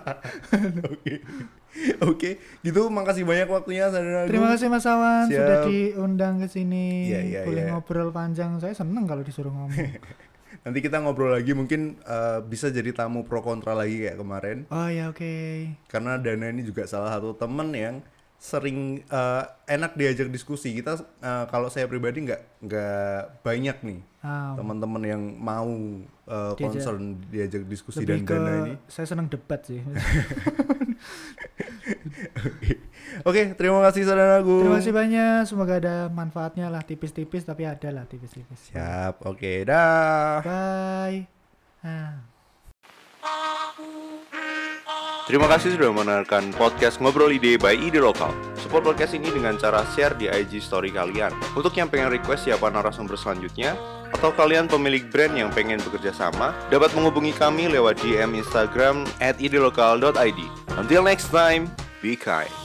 Oke, gitu makasih banyak waktunya Sadana Agung.
Terima kasih Mas Awan sudah diundang ke sini. Boleh
Iya.
ngobrol panjang, saya seneng kalau disuruh ngomong.
Nanti kita ngobrol lagi, mungkin bisa jadi tamu pro kontra lagi kayak kemarin.
Oh ya oke.
Karena Dana ini juga salah satu temen yang sering enak diajak diskusi. Kita kalau saya pribadi nggak banyak nih teman-teman yang mau concern diajak diskusi.
Lebih
dan Dana ini.
Saya senang debat sih.
Oke, terima kasih Sadana Agung.
Terima kasih banyak. Semoga ada manfaatnya lah, tipis-tipis tapi ada lah tipis-tipis.
Siap. Oke, dah.
Bye.
Terima kasih sudah mendengarkan podcast Ngobrol Ide by Ide Lokal. Support podcast ini dengan cara share di IG story kalian. Untuk yang pengen request siapa narasumber selanjutnya, atau kalian pemilik brand yang pengen bekerja sama, dapat menghubungi kami lewat DM Instagram @idelokal.id. Until next time, be kind.